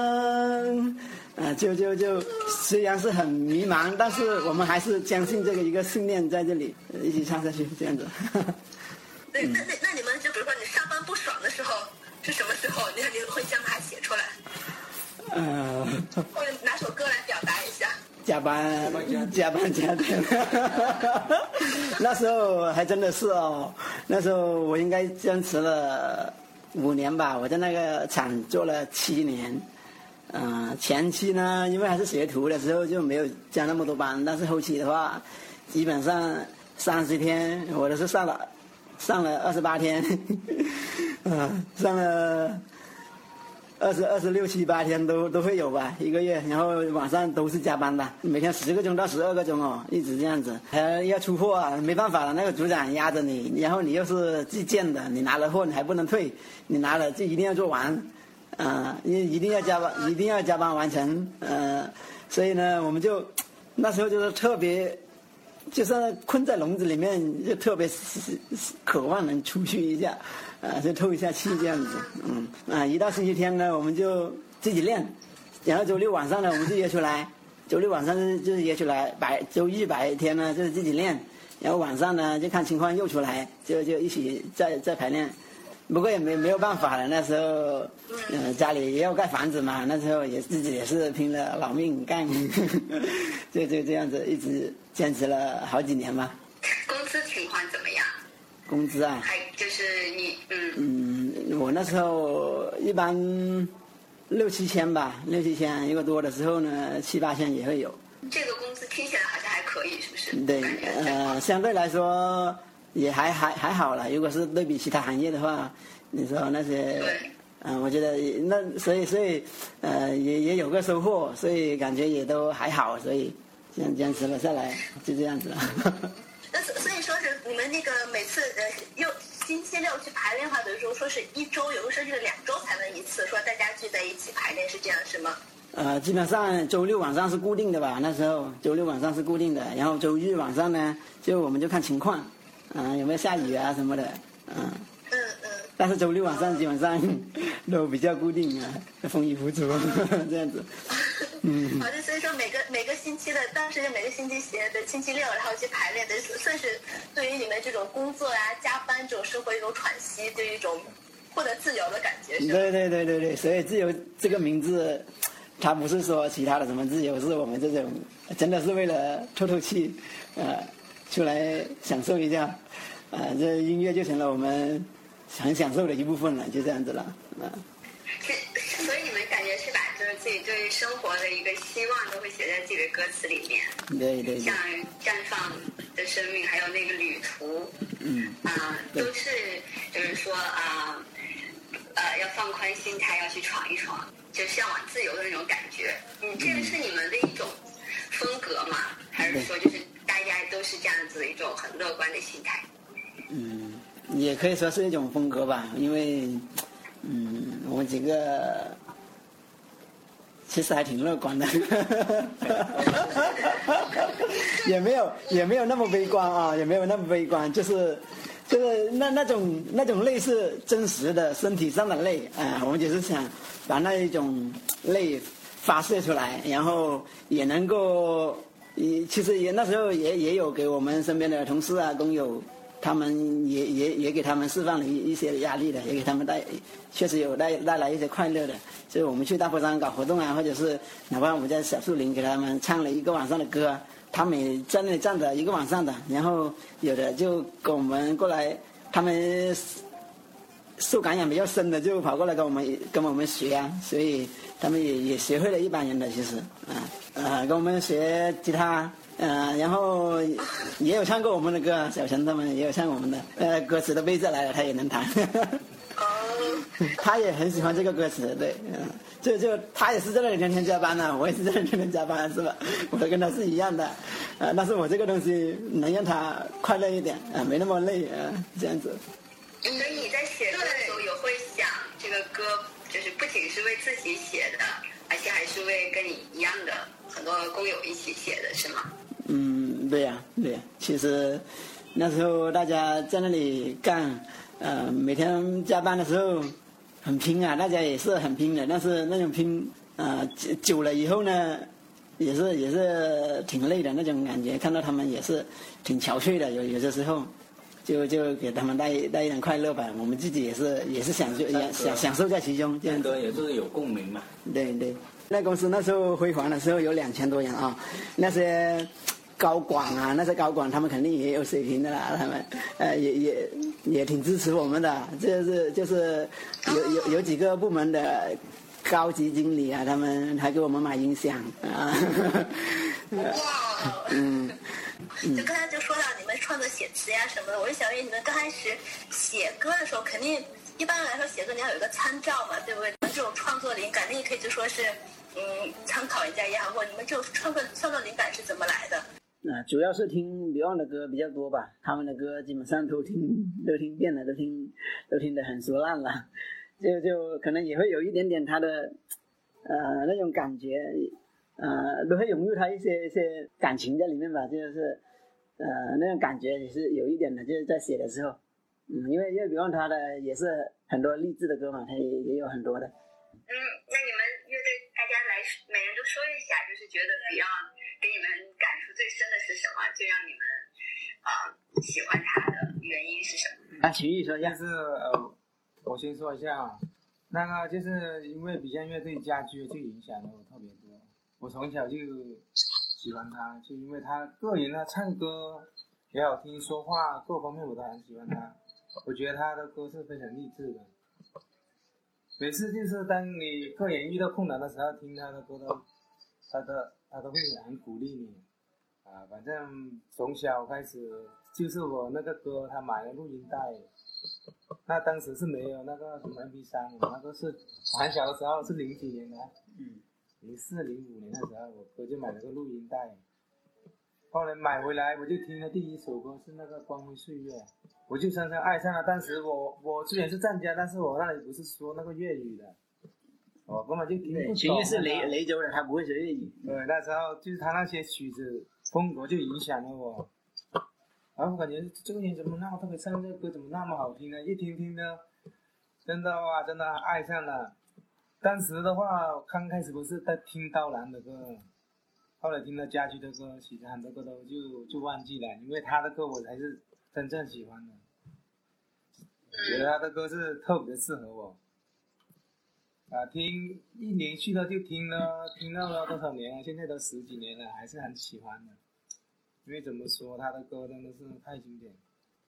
就虽然是很迷茫，但是我们还是相信这个一个信念在这里，一起唱下去这样子。 对，那你们就比如说你上班不爽的时候是什么时候？你会将它写出来？或者拿首歌来表达一下。 加班加点。那时候还真的是哦，那时候我应该坚持了5年吧，我在那个厂做了7年。前期呢，因为还是学徒的时候就没有加那么多班，但是后期的话，基本上30天我都是上了28天，上了26、7、8天都会有吧，一个月，然后晚上都是加班的，每天10个钟到12个钟哦，一直这样子，还要出货啊，没办法了，那个组长压着你，然后你又是自建的，你拿了货你还不能退，你拿了就一定要做完，一定要加班完成，所以呢，我们就那时候就是特别，就是困在笼子里面，就特别渴望能出去一下。就透一下气这样子，一到星期天呢，我们就自己练，然后周六晚上呢，我们就约出来，周六晚上就是约出来，周日白天呢就是自己练，然后晚上呢就看情况又出来，就一起再排练。不过也没有办法了，那时候，家里也要盖房子嘛，那时候自己也是拼了老命干，就这样子一直坚持了好几年吧。 工资情况怎么样？ 工资啊， 还就是你我那时候一般6、7千吧，6、7千，如果多的时候呢7、8千也会有。 这个工资听起来好像还可以，是不是？ 对，相对来说也还好了。如果是对比其他行业的话，你说那些，我觉得那所以也有个收获，所以感觉也都还好，所以坚持了下来，就这样子了。 那所以说是你们那个每次星期六去排练的话，有时候说是1周，有的时候是2周才能一次，说大家聚在一起排练，是这样是吗？ 基本上周六晚上是固定的吧，那时候周六晚上是固定的，然后周日晚上呢，我们就看情况，有没有下雨啊什么的，但是周六晚上基本上都比较固定啊，丰衣足足这样子。 好的，所以说每个星期的，当时每个星期写的星期六，然后去排练的，算是对于你们这种工作啊、加班这种生活一种喘息，对于一种获得自由的感觉。 对，所以自由这个名字，它不是说其他的什么自由，是我们这种真的是为了透气，出来享受一下，这音乐就成了我们很享受的一部分了，就这样子了， 所以你们感觉是把就是自己对于生活的一个希望都会写在自己的歌词里面。 对。 像绽放的生命，还有那个旅途，都是就是说要放宽心态，要去闯一闯，就向往自由的那种感觉。这个是你们的一种风格吗？还是说就是大家都是这样子的一种很乐观的心态？ 也可以说是一种风格吧，因为我们几个其实还挺乐观的，也没有那么悲观啊，也没有那么悲观，就是那种累是真实的身体上的累我们就是想把那一种累发泄出来，然后也能够其实也那时候也有给我们身边的同事啊、工友。他们也给他们释放了一些压力的，也给他们确实有带来一些快乐的。就是我们去大坡山搞活动啊，或者是哪怕我们在小树林给他们唱了1个晚上的歌， 他们在那里站着一个晚上的，然后有的就跟我们过来，他们受感染比较深的就跑过来跟我们学啊，所以他们也学会了一般人的其实跟我们学吉他。然后也有唱过我们的歌，小陈他们也有唱我们的，歌词都背下来了，他也能弹。他也很喜欢这个歌词，对，就他也是在那里天天加班的，我也是在那里天天加班，是吧？我跟他是一样的，但是我这个东西能让他快乐一点，没那么累，这样子。 所以你在写歌的时候有会想这个歌，就是不仅是为自己写的，而且还是为跟你一样的很多工友一起写的，是吗？ 对呀，其实那时候大家在那里干，每天加班的时候很拼啊，大家也是很拼的，但是那种拼久了以后呢，也是挺累的那种感觉，看到他们也是挺憔悴的，有些时候就给他们带一点快乐吧，我们自己也是享受在其中，这样子也是有共鸣嘛。 对，那公司那时候辉煌的时候有2000多人啊，那些高管啊，他们肯定也有水平的啦，他们也挺支持我们的，就是有几个部门的高级经理啊，他们还给我们买音响啊。 哇，就刚才就说到你们创作写词呀什么的，我就想问你们刚开始写歌的时候，肯定一般来说写歌你要有一个参照嘛，对不对？这种创作灵感，你也可以就说是参考人家也好，或者你们这种创作灵感是怎么来的？ 主要是听 Beyond 的歌比较多吧，他们的歌基本上都听遍了，都听得很熟烂了，就可能也会有一点点他的那种感觉，都会融入他一些感情在里面吧，就是那种感觉也是有一点的，就是在写的时候，因为 Beyond 他的也是很多励志的歌嘛，他也有很多的。 那你们乐队大家来每人都说一下，就是觉得 Beyond 给你们感触最深的是什么？最让你们喜欢他的原因是什么？ 秦毅说一下。 就是我先说一下啊，那个就是因为 Beyond 乐队家驹就影响了我特别多。我从小就喜欢他，就因为他个人唱歌也好听，说话各方面我都很喜欢他。我觉得他的歌是非常励志的。每次就是当你个人遇到困难的时候，听他的歌他都会很鼓励你反正从小开始就是我那个歌他买了录音带，那当时是没有那个什么 MP3， 那个是很小的时候，是00几年的，04、05年的时候，我哥就买了个录音带，后来买回来我就听了第一首歌是那个《光辉岁月》，我就深深爱上了。当时我虽然是湛江，但是我那里不是说那个粤语的，我根本就听不懂。 秦毅是雷州的，他不会说粤语。 对，那时候就是他那些曲子风格就影响了我，然后我感觉这个人怎么那么特别，唱这个歌怎么那么好听呢？一听的，真的爱上了。当时的话，刚开始不是在听刀郎的歌，后来听了家驹的歌，其实很多歌都就忘记了，因为他的歌我才是真正喜欢的。觉得他的歌是特别适合我。听一连续的就听到了多少年了，现在都10几年了，还是很喜欢的。因为怎么说，他的歌真的是太经典。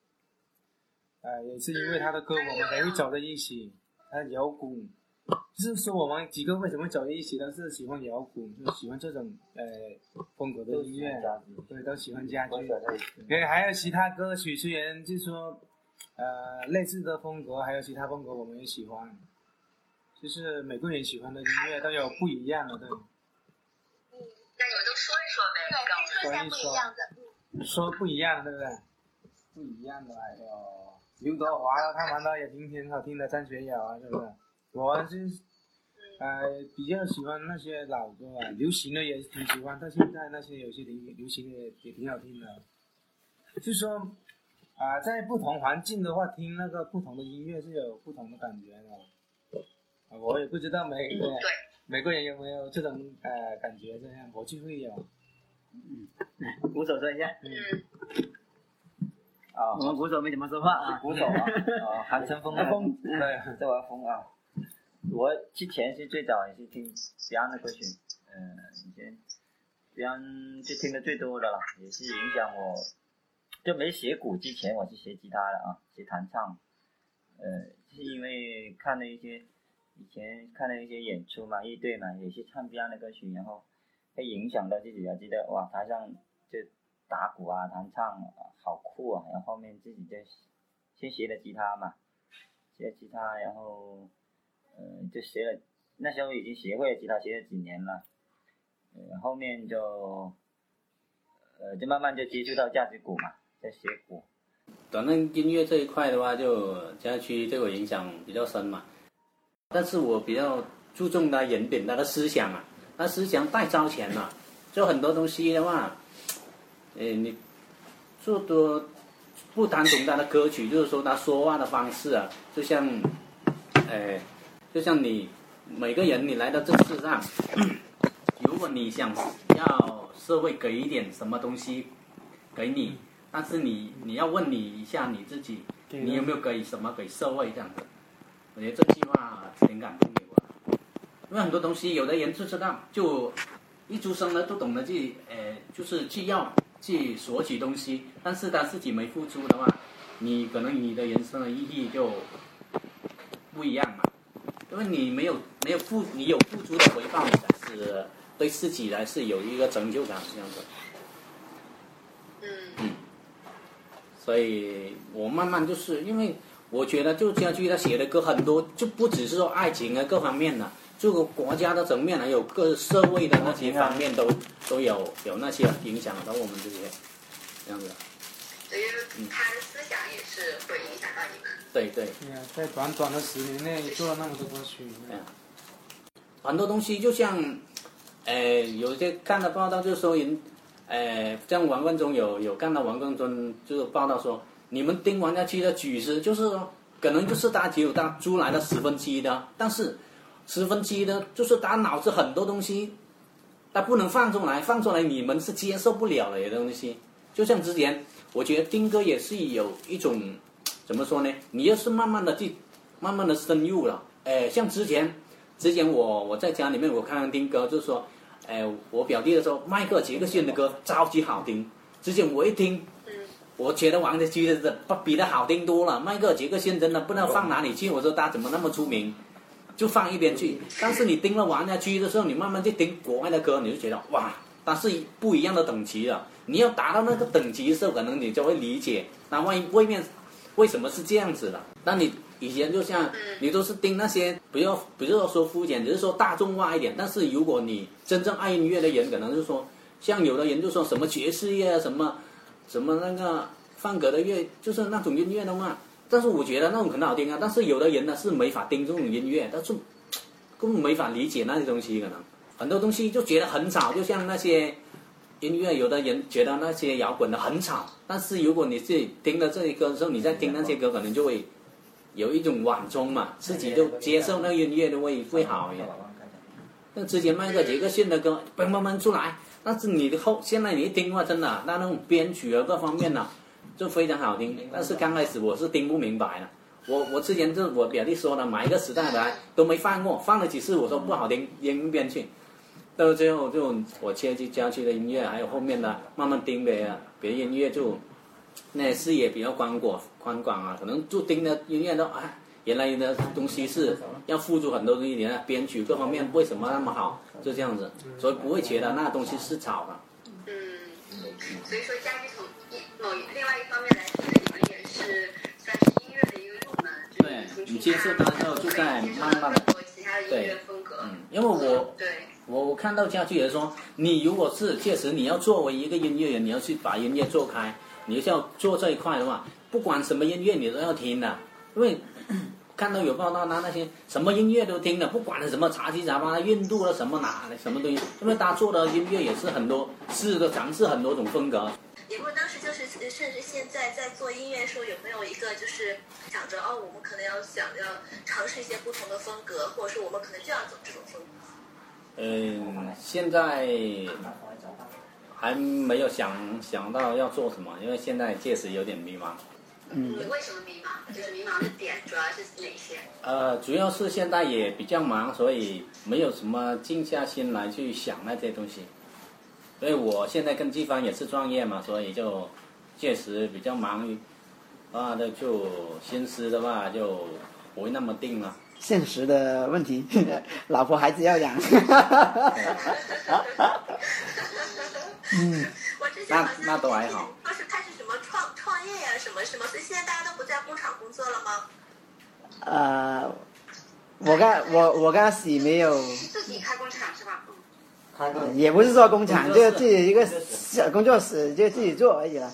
也是因为他的歌，我们才会走在一起。他摇滚，就是说我们几个为什么走在一起，都是喜欢摇滚，就喜欢这种风格的音乐，对，都喜欢家驹。对，还有其他歌曲，虽然就是说类似的风格，还有其他风格我们也喜欢。就是每个人喜欢的音乐都有不一样的，对。 那你们都说一说呗，对，说一下不一样的。 说不一样，对不对？不一样的，还有刘德华他们的也挺好听的，张学友啊，是不是？我是比较喜欢那些老歌啊，流行的也挺喜欢，但现在那些有些流行的也挺好听的。就是说在不同环境的话，听那个不同的音乐是有不同的感觉的。我也不知道每个人有没有这种感觉，这样我就会有。 鼓手说一下。我们鼓手没怎么说话啊。 鼓手韩春风啊，对，这我风啊。我之前是最早也是听 Beyond 的歌曲，以前这样就听得最多的了，也是影响我。就没学鼓之前，我是学吉他的啊，学弹唱。是因为看了一些以前看了一些演出嘛，乐队嘛，也是唱这样的歌曲，然后会影响到自己啊，觉得哇，台上就打鼓啊、弹唱好酷啊，然后后面自己就先学了吉他嘛，学了吉他，然后就学了，那时候已经学会了吉他，学了几年了，后面就慢慢就接触到架子鼓嘛，在学鼓。 反正音乐这一块的话，就家区对我影响比较深嘛。但是我比较注重他人品，他的思想啊，他思想太超前了。就很多东西的话，你做多不单从他的歌曲，就是说他说话的方式啊，就像你每个人你来到这世上，如果你想要社会给一点什么东西给你。但是你要问你一下你自己，你有没有给什么给社会这样子？我觉得这句话挺感动给我，因为很多东西有的人就知道，就一出生了都懂得去就是去索取东西，但是他自己没付出的话，你可能你的人生的意义就不一样嘛，因为你没有付出的回报，你才是对自己来是有一个成就感这样子。所以我慢慢就是因为我觉得就家驹他写的歌很多，就不只是说爱情啊各方面的，这个国家的层面还有各社会的那些方面都有那些影响到我们这些这样子。 对，因为他的思想也是会影响到你们。 对。对啊，在短短的10年内做了那么多歌曲。 很多东西就像有些看的报道就说像王冠中有看到王冠中就是报道说，你们听王家驹的曲子，就是说可能就是他只有他出来的7/10的，但是7/10的，就是他脑子很多东西，他不能放出来你们是接受不了的东西。就像之前，我觉得听歌也是有一种怎么说呢？你要是慢慢的深入了，像之前我在家里面我看听歌，就是说。我表弟的时候，迈克尔·杰克逊的歌超级好听。之前我一听，我觉得王家驹的比他好听多了。迈克尔·杰克逊真的不知道放哪里去，我说他怎么那么出名，就放一边去。但是你听了王家驹的时候，你慢慢去听国外的歌，你就觉得哇，它是不一样的等级了。你要达到那个等级的时候，可能你就会理解那外面为什么是这样子的。那你以前就像你都是听那些不要说肤浅，只是说大众化一点。但是如果你真正爱音乐的人，可能就说像有的人就说什么爵士乐啊，什么那个放格的乐，就是那种音乐的话，但是我觉得那种很好听啊。但是有的人呢是没法听这种音乐，但是根本没法理解那些东西，可能很多东西就觉得很吵，就像那些音乐，有的人觉得那些摇滚的很吵，但是如果你自己听了这些歌的时候，你再听那些歌，可能就会有一种缓冲嘛，自己就接受那个音乐的会好一点。像之前迈克尔·杰克逊的歌慢慢出来，但是现在你一听的话，真的那种编曲啊各方面呢就非常好听。但是刚开始我是听不明白的，我之前就我表弟说的，买一个磁带来都没放过，放了几次我说不好听，扔一边去。到最后就我切去家区的音乐，还有后面的慢慢听别的音乐，就那视野比较宽广啊，可能就听的音乐都原来的东西是要付出很多东西，连编曲各方面为什么那么好，就这样子，所以不会觉得那东西是吵的。 所以说家居从另外一方面来说，你们也是算是音乐的一个入门。 对，你接触它之后就在慢慢的其他的音乐风格。 因为我看到家居也说，你如果是确实你要作为一个音乐人，你要去把音乐做开，你要做这一块的话，不管什么音乐你都要听的，因为看到有报道那些什么音乐都听的，不管是什么杂七杂八的印度的什么什么东西，因为他做的音乐也是很多尝试很多种风格。 你们当时就是甚至现在在做音乐的时候，有没有一个就是想着我们可能想要尝试一些不同的风格，或者是我们可能就要走这种风格？ 现在还没有想到要做什么，因为现在确实有点迷茫。 为什么迷茫？就是迷茫的点主要是哪些？ 主要是现在也比较忙，所以没有什么静下心来去想那些东西。 所以我现在跟季芳也是创业嘛，所以就确实比较忙啊，那就心思的话就不会那么定了。 现实的问题，老婆孩子要养。 嗯，我之前好像那都还好。 说是开始什么创业呀、什么，所以现在大家都不在工厂工作了吗？ 我刚开始没有。 自己开工厂是吧？ 也不是说工厂，就自己一个小工作室，就自己做而已了。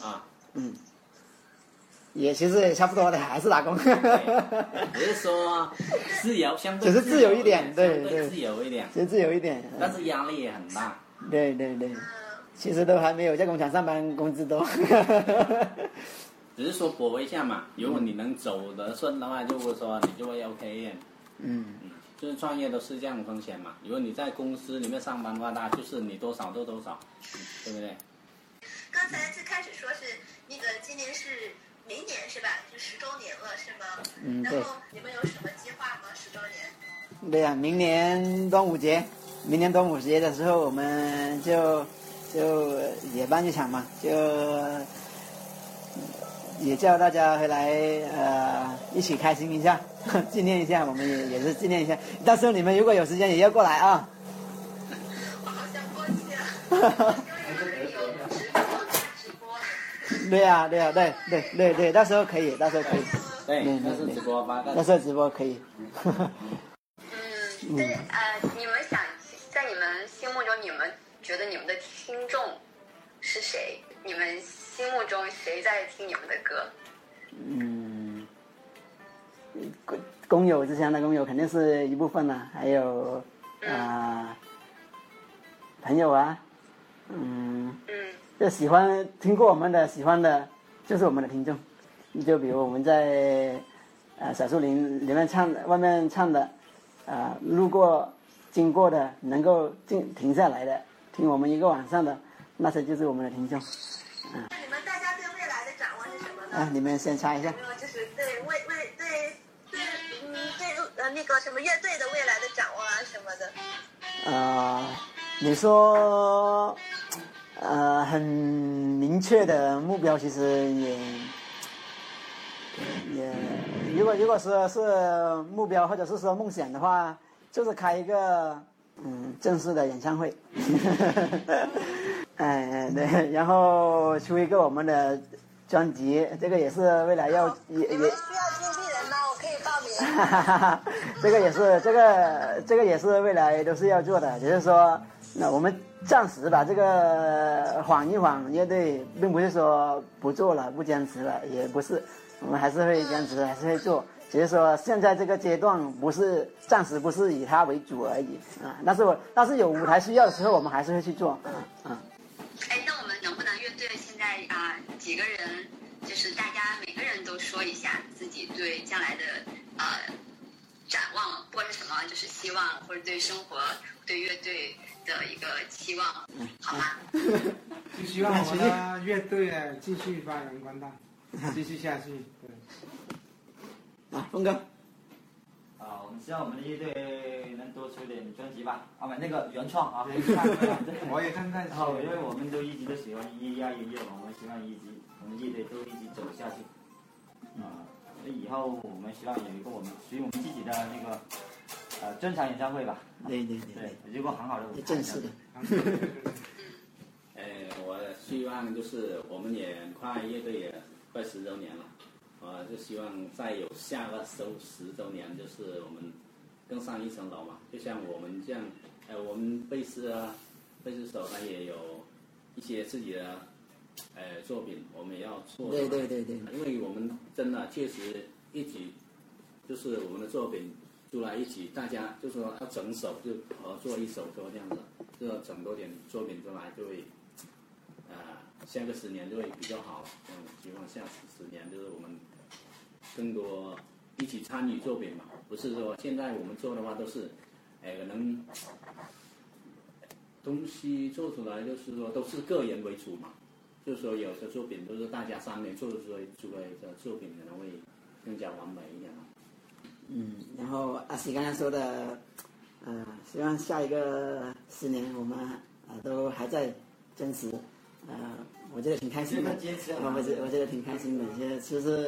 也其实也差不多的，还是打工。 只是说自由，相对只是自由一点，对， 自由一点， 只是自由一点， 但是压力也很大。 对，其实都还没有在工厂上班，工资多。 只是说搏一下嘛，如果你能走得顺的话，就是说你就会 OK。就是创业都是这样风险嘛。如果你在公司里面上班的话，那就是你多少做多少，对不对？ 刚才最开始说是那个今年是明年是吧？就10周年了是吗？ 对。 然后你们有什么计划吗？10周年？ 对呀，明年端午节的时候，我们就也办一场嘛，就也叫大家回来一起开心一下，纪念一下，我们也是纪念一下。到时候你们如果有时间也要过来啊。 我好像过去了。 对呀，对，到时候可以。 对，那是直播吧？ 那时候直播可以。 你们想在你们心目中，你们觉得你们的听众是谁？你们心目中谁在听你们的歌？ 工友之前的工友肯定是一部分了，还有朋友啊，就喜欢听过我们的，喜欢的就是我们的听众。就比如我们在小树林里面唱，外面唱的，路过经过的，能够停下来的，听我们一个晚上的，那些就是我们的听众。 你们大家对未来的展望是什么呢？ 你们先猜一下。 有没有就是对那个什么乐队的未来的展望啊什么的？ 你说很明确的目标，其实也如果说是目标或者是说梦想的话，就是开一个正式的演唱会。对，然后出一个我们的专辑，这个也是未来要你们需要经纪人吗？我可以报名。 这个也是未来都是要做的，只是说那我们暂时把这个缓一缓乐队，并不是说不做了不坚持了，也不是，我们还是会坚持，还是会做，只是说现在这个阶段暂时不是以它为主而已但是有舞台需要的时候，我们还是会去做那我们能不能乐队现在几个人，就是大家每个人都说一下自己对将来的展望，或者什么就是希望，或者对生活、对乐队的一个期望，好吗？ 就希望我们的乐队继续发扬光大，继续下去。对。 峰哥。 我们希望我们的乐队能多出点专辑吧，那个原创啊。 我也看看。 因为我们都一直都喜欢音乐嘛，我们希望我们乐队都一直走下去。以后我们希望有一个属于我们自己的那个正常演唱会吧。 对， 如果很好的舞台。 正式的。 我希望就是我们也快乐队也快10周年了。就希望再有下个10周年，就是我们更上一层楼嘛。就像我们这样，我们贝斯手他也有一些自己的作品，我们也要做。 对。 因为我们真的确实一起，就是我们的作品出来一起，大家就说要整首就合作一首歌这样子，就要整多点作品出来，就会下个10年就会比较好。希望下10年就是我们更多一起参与作品嘛，不是说现在我们做的话都是，可能东西做出来就是说都是个人为主嘛，就是说有的作品都是大家3年做出来的作品可能会更加完美一点嘛。 然后阿喜刚才说的，希望下一个10年我们都还在坚持，我觉得挺开心的，我觉得挺开心的，就是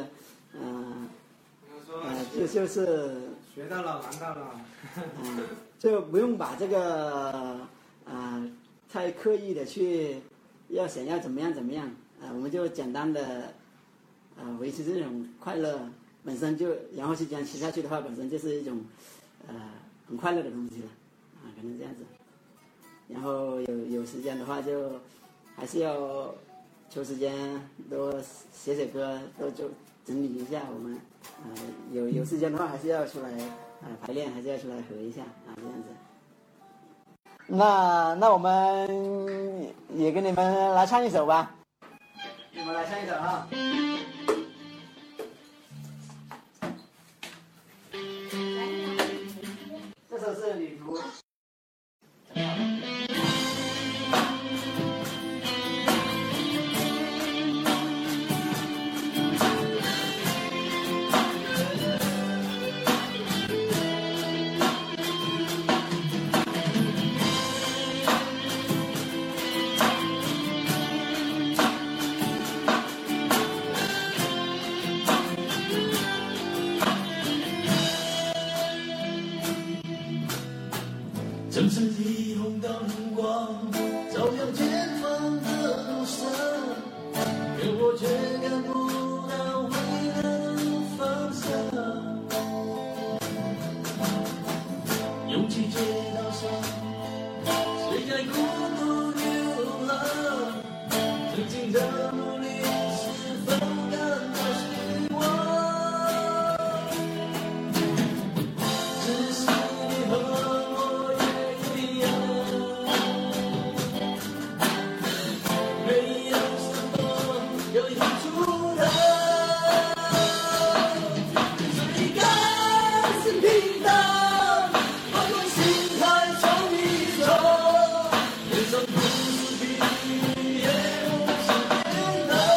就是学到了，玩到了， 就不用把这个太刻意的去想要怎么样，我们就简单的维持这种快乐，本身就然后去这样吃下去的话，本身就是一种很快乐的东西了，可能这样子。然后有时间的话，就还是要抽时间多写歌，多就整理一下我们。有时间的话，还是要出来排练，还是要出来合一下这样子。那我们也给你们来唱一首吧，我们来唱一首哈。这首是旅途。 城市霓虹的灯光照亮前方的路上，可我却看不到未来的方向。拥挤街道上，谁在孤独流浪？曾经的努力是否感到失望？只是你和我也一样，没有什么可以阻挡。最感是平淡，放宽心态闯一闯，人生不是地狱，也不是天堂。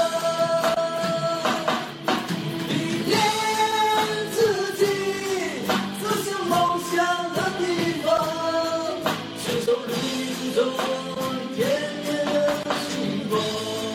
历练自己，走向梦想的地方，享受旅途中甜甜的星光。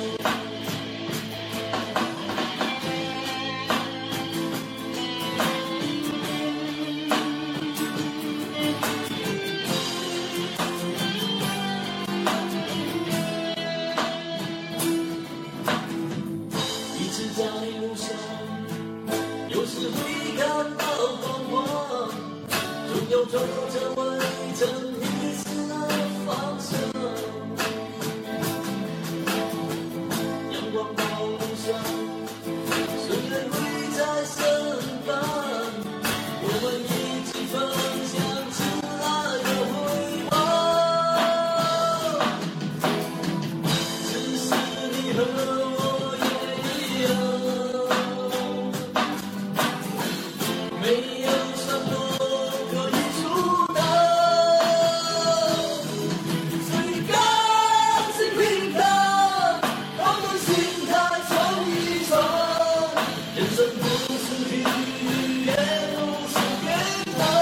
一直在路上，有时会感到彷徨，总有走着未曾迷失的方向。阳光道路上，谁人会在身旁？我们一起分享迟来的回望。只是你和我也一样，没有什么可以阻挡。最感是平淡，放宽心态闯一闯，人生不是地狱，也不是天堂。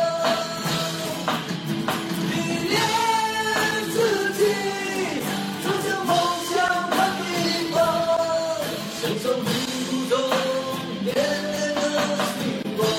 历练自己，走向梦想的地方，享受旅途中甜甜的星光。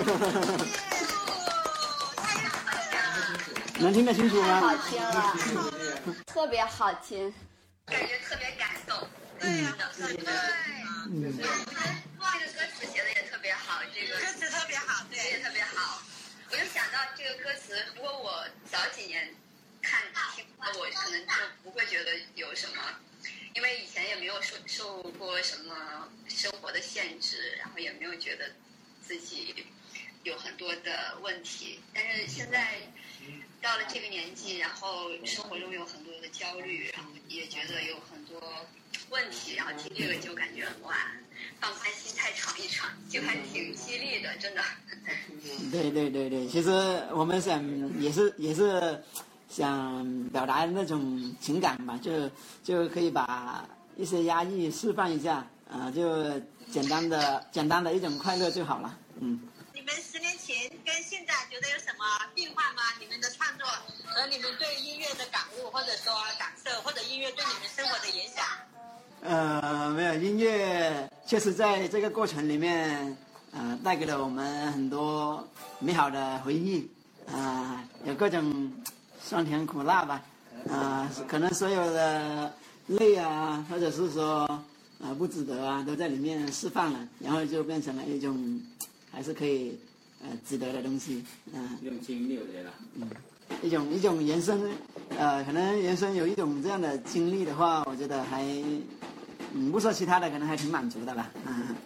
能听得清楚吗？ 好听了，特别好听， 感觉特别感动。 对呀， 对，这个歌词写的也特别好，这个歌词特别好，对， 也特别好。我就想到这个歌词，如果我早几年听过，我可能就不会觉得有什么，因为以前也没有受过什么生活的限制，然后也没有觉得自己有很多的问题。但是现在到了这个年纪，然后生活中有很多的焦虑，然后也觉得有很多问题，然后听这个就感觉哇，放宽心态闯一闯，就还挺激励的，真的。 对，其实我们也是想表达那种情感吧，就可以把一些压抑释放一下，就简单的一种快乐就好了。 你们10年前跟现在觉得有什么变化吗？你们的创作和你们对音乐的感悟，或者说感受，或者音乐对你们生活的影响？ 没有，音乐确实在这个过程里面，带给了我们很多美好的回忆，有各种酸甜苦辣吧，可能所有的累啊，或者是说不值得啊，都在里面释放了，然后就变成了一种还是可以值得的东西， 用经历我觉得， 一种人生，可能人生有一种这样的经历的话，我觉得还，不说其他的，可能还挺满足的吧，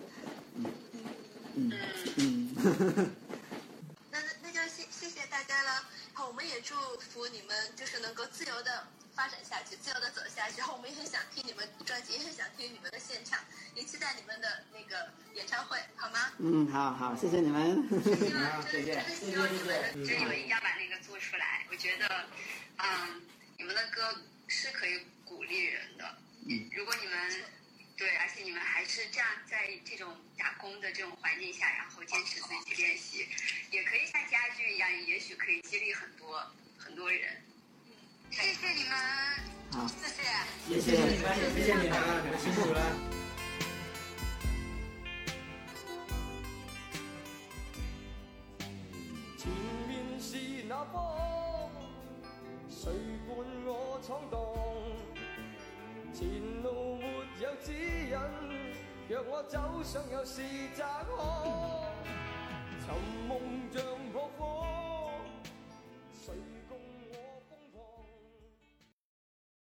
那就谢谢大家了。好，我们也祝福你们就是能够自由的发展下去，自由的走下去。然后我们也很想听你们专辑，也很想听你们的现场，也期待你们的那个演唱会，好吗？ 好，谢谢你们。 谢谢。 希望你们真有一天要把那个做出来。我觉得，你们的歌是可以鼓励人的。如果你们对，而且你们还是这样在这种打工的这种环境下，然后坚持自己练习，也可以像家具一样，也许可以激励很多人。谢谢你们。 好， 谢谢你们，谢谢你们，你们辛苦了。 前面是那方，谁伴我闖蕩？前路沒有指引，若我走上又是窄巷，尋夢像